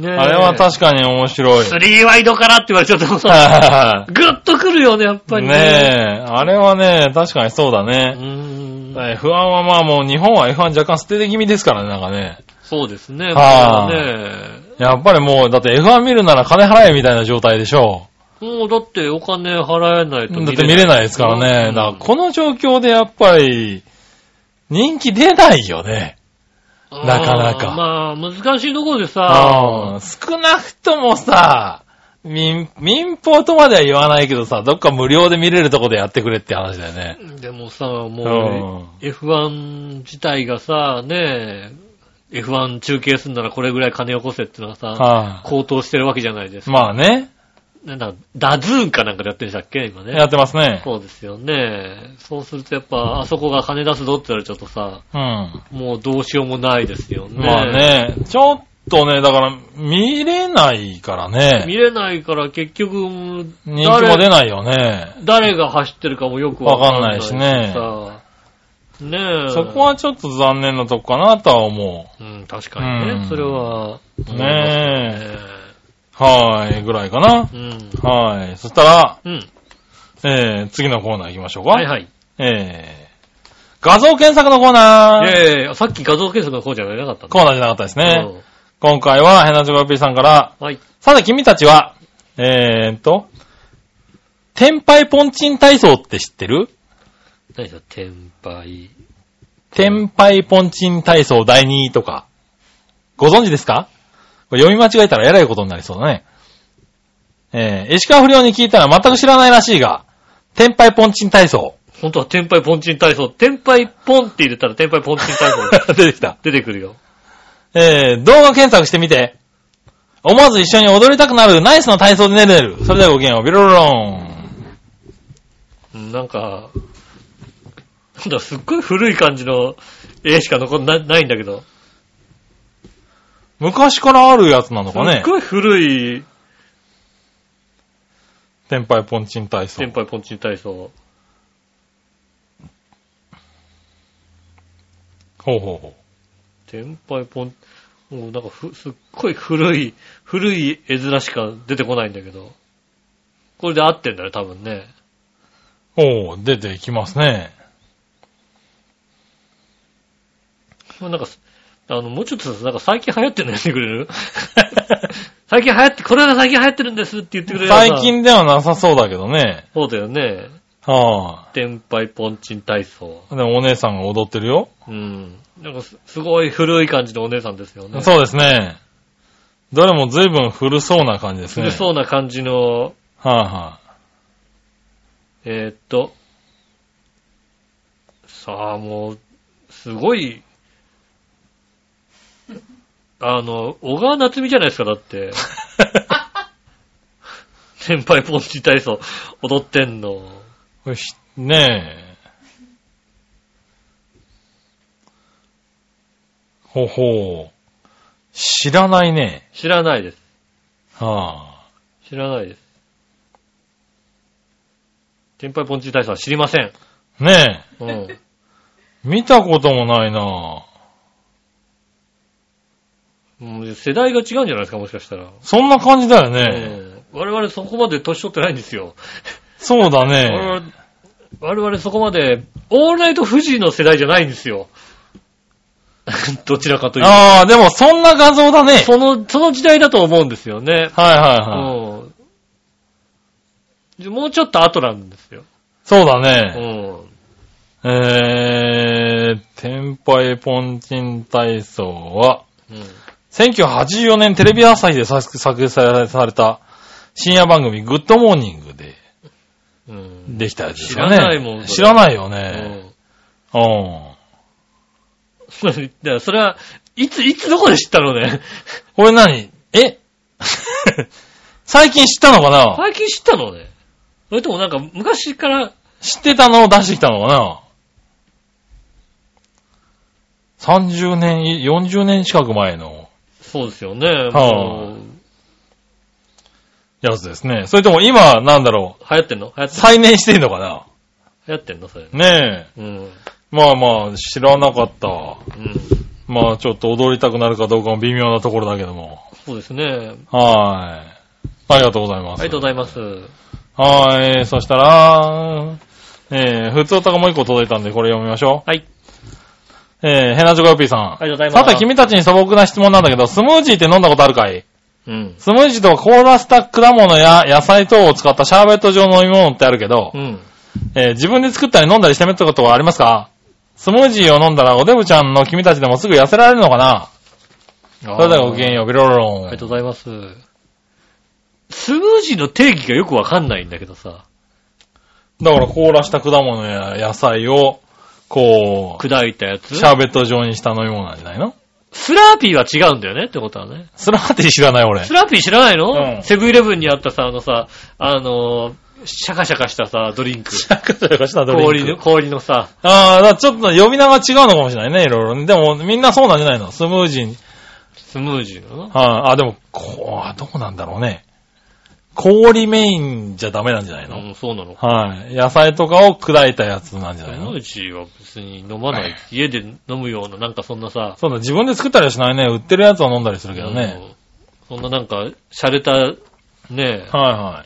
ねえ。あれは確かに面白い。 スリーワイドからって言われちゃってもさ、ぐっとくるよね、やっぱりね。 ねえ。あれはね、確かにそうだね。うーん。エフワン はまあもう日本は エフワン 若干捨てて気味ですからね、なんかね。 そうですね。 はい、ね。やっぱりもう、だって エフワン 見るなら金払えみたいな状態でしょ。 もうだってお金払えないと見れない。 だって見れないですからね。うん、だからこの状況でやっぱり、人気出ないよね。なかなか。 まあ、難しいところでさ、 少なくともさ、民、民放とまでは言わないけどさ、どっか無料で見れるとこでやってくれって話だよね。 でもさ、もう、エフワン 自体がさ、ねえ、エフワン 中継するならこれぐらい金を起こせっていうのはさ、はあ、高騰してるわけじゃないですか。 まあね。 なんだ、ダズーンかなんかでやってるんだっけ今ね。 やってますね。 そうですよね。そうするとやっぱ、あそこが金出すぞって言われちゃうとさ、うん。もうどうしようもないですよね。 まあね、ちょっとね、だから見れないからね。 見れないから結局、 人気も出ないよね。 誰が走ってるかもよくわかんないしね。ねえ。 そこはちょっと残念なとこかなとは思う。うん、確かにね。うん、それは、 ねえ。はい、ぐらいかな。うん。はい。そしたら、うん。えー、次のコーナー行きましょうか。 はいはい。 えー、画像検索のコーナー。 えー、さっき画像検索のコーナーじゃなかったコーナーじゃなかったですね。うん、今回は、ヘナチョコヨッピーさんから、はい。さて君たちは、えーっと、天杯ポンチン体操って知ってる？ 何だ、天杯。 天杯ポンチン体操だいにとか、ご存知ですか？読み間違えたらえらいことになりそうだね。えー、石川不良に聞いたら全く知らないらしいが、天杯ポンチン体操。 本当は天杯ポンチン体操。天杯ポンって入れたら天杯ポンチン体操。 出てきた。 出てくるよ。 えー、動画検索してみて。思わず一緒に踊りたくなるナイスな体操で寝れる。それではごきげんよう。ビロロローン。なんか、なんだすっごい古い感じの絵しか残んな、ないんだけど。 昔からあるやつなのかね。 すっごい古い。 天杯ポンチン体操。 天杯ポンチン体操。 ほうほうほう。 天杯ポン、もうなんかふ、すっごい古い、古い絵面しか出てこないんだけど。これで合ってんだよ、多分ね。 おー、出てきますね。 なんか、あの、もうちょっとさ、なんか最近流行ってるのやってくれる最近流行って、これが最近流行ってるんですって言ってくれる。 最近ではなさそうだけどね。 そうだよね。 はぁ、あ。天杯ポンチン体操。 でもお姉さんが踊ってるよ。 うん。なんかす、すごい古い感じのお姉さんですよね。 そうですね。どれも随分古そうな感じですね。 古そうな感じの、 はい、はい、 えー、っと、さあもう、すごい、あの、小川夏美じゃないですか、だって。先輩ポンチ体操踊ってんの。 よし、ねえ。ほほう。知らないね。 知らないです。 はあ。 知らないです。先輩ポンチ体操は知りません。 ねえ。うん。 見たこともないな。 もう世代が違うんじゃないですか、もしかしたら。 そんな感じだよね。 うん、我々そこまで年取ってないんですよ。 そうだね。 我々、我々そこまで、オールナイト富士の世代じゃないんですよ。どちらかというと。 ああ、でもそんな画像だね。 その、その時代だと思うんですよね。 はいはいはい。 うん。もうちょっと後なんですよ。 そうだね。 うん。 えー、天杯ポンチン体操は、うん、せんきゅうひゃくはちじゅうよねんテレビ朝日で作成された深夜番組グッドモーニングでできたやつですよね。 知らないもん。 知らないよね。うん。うんそれは、いつ、いつどこで知ったのね。 これ何え最近知ったのかな最近知ったのね。それともなんか昔から知ってたのを出してきたのかなさんじゅうねん、よんじゅうねん近く前の。 そうですよね。 はぁ、やつですね。それとも今、なんだろう。 流行ってんの流行ってんの再燃してんのかな流行ってんのそれ。 ねえ。うん。まあまあ、知らなかった。うん。まあ、ちょっと踊りたくなるかどうかも微妙なところだけども。 そうですね。 はい。ありがとうございます。 ありがとうございます。 はい。そしたら、えー、普通歌がもう一個届いたんで、これ読みましょう。 はい。 えー、ヘナチョコヨッピーさん。 ありがとうございます。 さて、君たちに素朴な質問なんだけど、スムージーって飲んだことあるかい？ うん。 スムージーとは凍らせた果物や野菜等を使ったシャーベット状の飲み物ってあるけど、うん。えー、自分で作ったり飲んだりしてみたことはありますか？スムージーを飲んだらおデブちゃんの君たちでもすぐ痩せられるのかな？それではごきげんよう、ビロロロン。 ありがとうございます。スムージーの定義がよくわかんないんだけどさ。 だから凍らした果物や野菜を、こう、 砕いたやつシャーベット状にした飲み物なんじゃないの？ スラーピーは違うんだよねってことはね。 スラーピー知らない俺。 スラーピー知らないの？ うん。 セブンイレブンにあったさ、あのさ、あのー、シャカシャカしたさ、ドリンク。 シャカシャカしたドリンク。 氷の、氷のさ。 ああ、だちょっと呼び名が違うのかもしれないね、いろいろ。でも、みんなそうなんじゃないの？スムージー。 スムージーの？ はい、あ。あ、でも、こう、どうなんだろうね。氷メインじゃダメなんじゃないの？ うん、そうなの。 はい、野菜とかを砕いたやつなんじゃないの？ スムージーは別に飲まない。家で飲むような、なんかそんなさ。 そうだ、自分で作ったりはしないね。売ってるやつを飲んだりするけどね。 うん、そんななんか、洒落た、ねえ。 はいはい。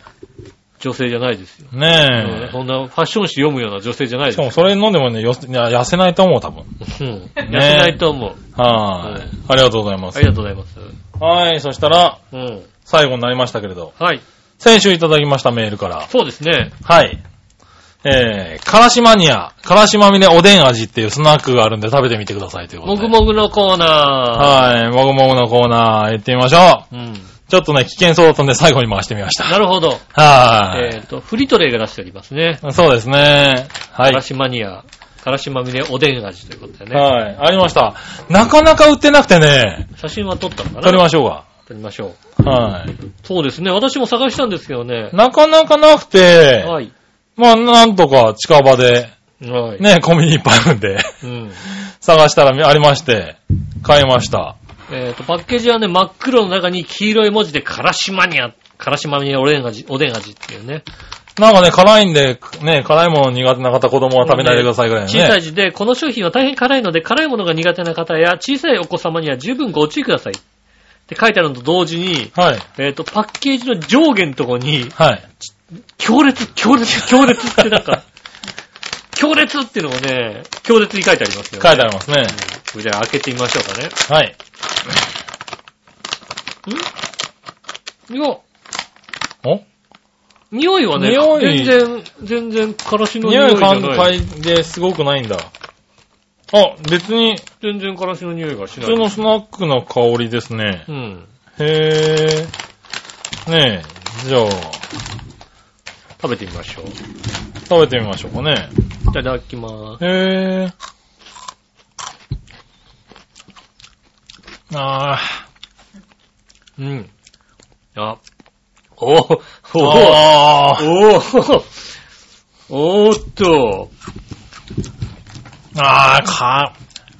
女性じゃないですよ。 ねえ。 そんなファッション誌読むような女性じゃないですよ。 しかもそれ飲んでもね、よ痩せないと思う、多分。 うん。痩せないと思う。 はい、うん。ありがとうございます。 ありがとうございます。 はい、そしたら、 うん。 最後になりましたけれど。 はい。 先週いただきましたメールから。 そうですね。 はい。えー、からしマニア、からしまみれおでん味っていうスナックがあるんで食べてみてくださいということで。 もぐもぐのコーナー。はい、もぐもぐのコーナー行ってみましょう。うん。ちょっとね、危険そうだったんで最後に回してみました。 なるほど。 はい。 えっと、フリトレイが出しておりますね。 そうですね。はい。 からしマニア、からしまみれおでん味ということでね。 はい。ありました。なかなか売ってなくてね。 写真は撮ったのかな？ 撮りましょうか。 撮りましょう。はい。そうですね。私も探したんですけどね。 なかなかなくて、 はい。 まあ、なんとか近場で、 はい。 ね、コンビニいっぱいあるんで、うん。探したらありまして、買いました。 えっと、パッケージはね、真っ黒の中に黄色い文字でからしマニアっからしまみれおでん味、おでん味っていうね。 なんかね、辛いんで、ね、辛いもの苦手な方、子供は食べないでくださいぐらいのね。 小さい字で、この商品は大変辛いので、辛いものが苦手な方や小さいお子様には十分ご注意ください。って書いてあるのと同時に、 はい。 えっと、パッケージの上下のとこに、 はい。 強烈、強烈、強烈ってなんか、強烈っていうのがね、強烈に書いてありますよね。 書いてありますね。 うん、じゃあ開けてみましょうかね。 はい。 んいや、 お匂いはね、 匂い全然、全然、からしの匂いじゃない。 匂い感じですごくないんだ。あ、別に、 全然からしの匂いがしない。 普通のスナックの香りですね。 うん。 へぇー。ねえ、じゃあ、 食べてみましょう。 食べてみましょうかね。 いただきまーす。 へぇー。あー。うん。あ、おー、おー、 あーおー、おーっと。 あー、か、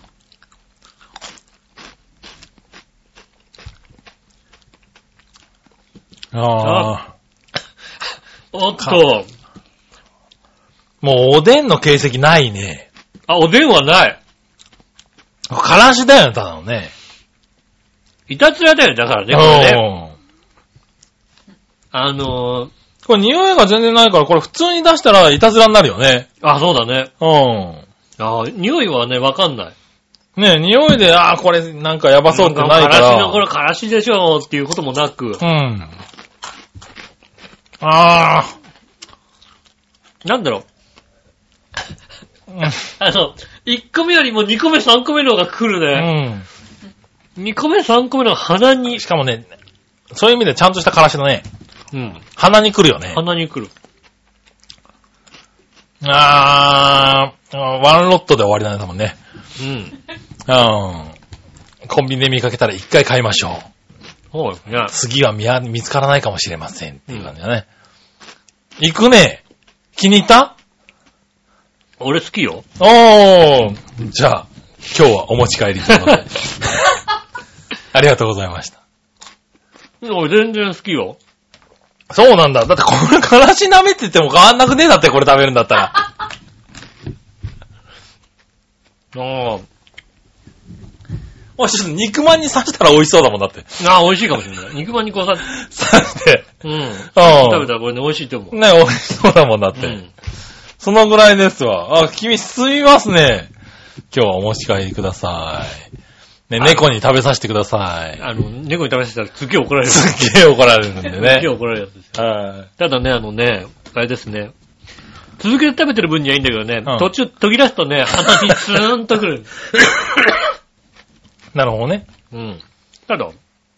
ああ。 おっと。 もうおでんの形跡ないね。 あ、おでんはない。 からしだよね、ただのね。 いたずらだよね、だからね、これね。あのー、 これ匂いが全然ないから、これ普通に出したらいたずらになるよね。 あ、そうだね。 うん。 あ、匂いはね、わかんない。 ねえ、匂いで、ああ、これなんかやばそうってないから。 からしの、これからしでしょっていうこともなく。 うん。ああ。 なんだろう。あの、いっこめよりもにこめ、さんこめの方が来るね。うん。にこめ、さんこめの鼻に。 しかもね、そういう意味でちゃんとしたからしのね。 うん。 鼻に来るよね。 鼻に来る。 あー、ワンロットで終わりなんだもんね。 うん。 うん。コンビニで見かけたら一回買いましょう。 そうですね。 次は見や見つからないかもしれませんっていう感じだね。うん、行くね。気に入った？ 俺好きよ。 おー。じゃあ、今日はお持ち帰りということで。ありがとうございました。 俺全然好きよ。 そうなんだ。だってこれからし舐めてても変わんなくねえだってこれ食べるんだったら。ああ。おい、ちょっと肉まんに刺したら美味しそうだもんだって。 ああ、美味しいかもしれない。肉まんにこう刺して。 うん。うん。 食べたらこれね、美味しいと思う。 ね、美味しそうだもんだって。うん。そのぐらいですわ。あ、君すみますね。今日はお持ち帰りください。ね、猫に食べさせてください。 あの、猫に食べさせたらすっげえ怒られる。 すっげえ怒られるんでね。すっげえ怒られるやつですよ。 はい。 ただね、あのね、あれですね。続けて食べてる分にはいいんだけどね、 うん、 途中途切らすとね、鼻にツーンとくる。 なるほどね。 うん。ただ、う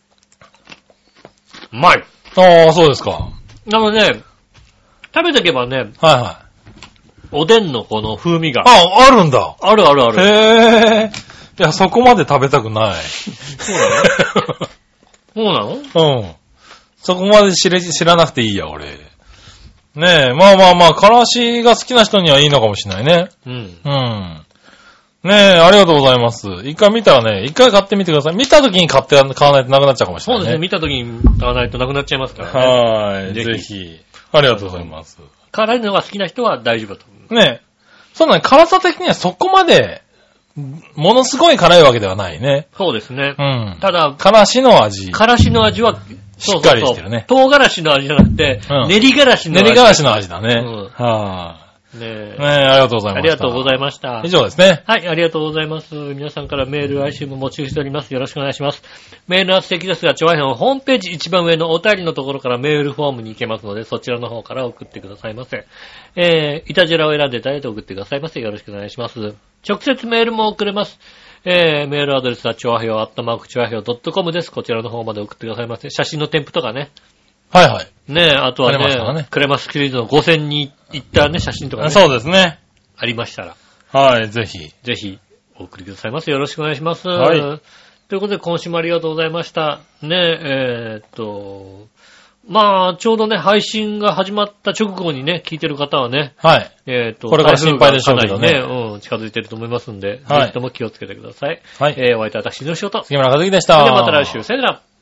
まい。 ああ、そうですか。 なので、ね、食べとけばね、 はいはい。 おでんのこの風味が。 あ、あるんだ。 あるあるある。 へぇー。いや、そこまで食べたくない。 そうなのそうなのうん。そこまで知れ、知らなくていいや、俺。ねえ、まあまあまあ、からしが好きな人にはいいのかもしれないね。 うん。 うん。ねえ、ありがとうございます。一回見たらね、一回買ってみてください。見た時に買って、買わないとなくなっちゃうかもしれない、ね。 そうですね、見た時に買わないとなくなっちゃいますからね。 はーい、ぜひ。ぜひ。ありがとうございます。 辛いのが好きな人は大丈夫だと思う。 ねえ。そうだね、辛さ的にはそこまで、ものすごい辛いわけではないね。 そうですね。 うん。 ただ、 からしの味。 からしの味は、 しっかりしてるね。 唐辛子の味じゃなくて、うん、練り辛子の味。 練り辛子の味だね。うん、 はぁ、あ。ねえ。 ねえ、ありがとうございました。 ありがとうございました。 以上ですね。 はい、ありがとうございます。皆さんからメール来週も募集しております。よろしくお願いします。メールの素敵ですが、チョアヘのホームページ一番上のお便りのところからメールフォームに行けますので、そちらの方から送ってくださいませ。えー、イタジェラを選んで誰と送ってくださいませ。よろしくお願いします。直接メールも送れます。えー、メールアドレスは、チョアヘオアットマークチョアヘオドットコムです。こちらの方まで送ってくださいませ。写真の添付とかね。 はいはい。 ねえ、あとはね、 クレマスね、 クレマスシリーズのごせんに行ったね、写真とかね。 そうですね。 ありましたら。 はい、ぜひ。 ぜひ、お送りくださいませ。よろしくお願いします。 はい。 ということで、今週もありがとうございました。ねえ、えー、っと、まあ、ちょうどね、配信が始まった直後にね、聞いてる方はね。 はい。 えー、っと、 これから心配でしょうけどね。 ね、うん、近づいてると思いますんで、 はい。 ぜひとも気をつけてください。 はい。 えー、お会いいたい私の仕事。 杉村和樹でした。 それではまた来週、さよなら。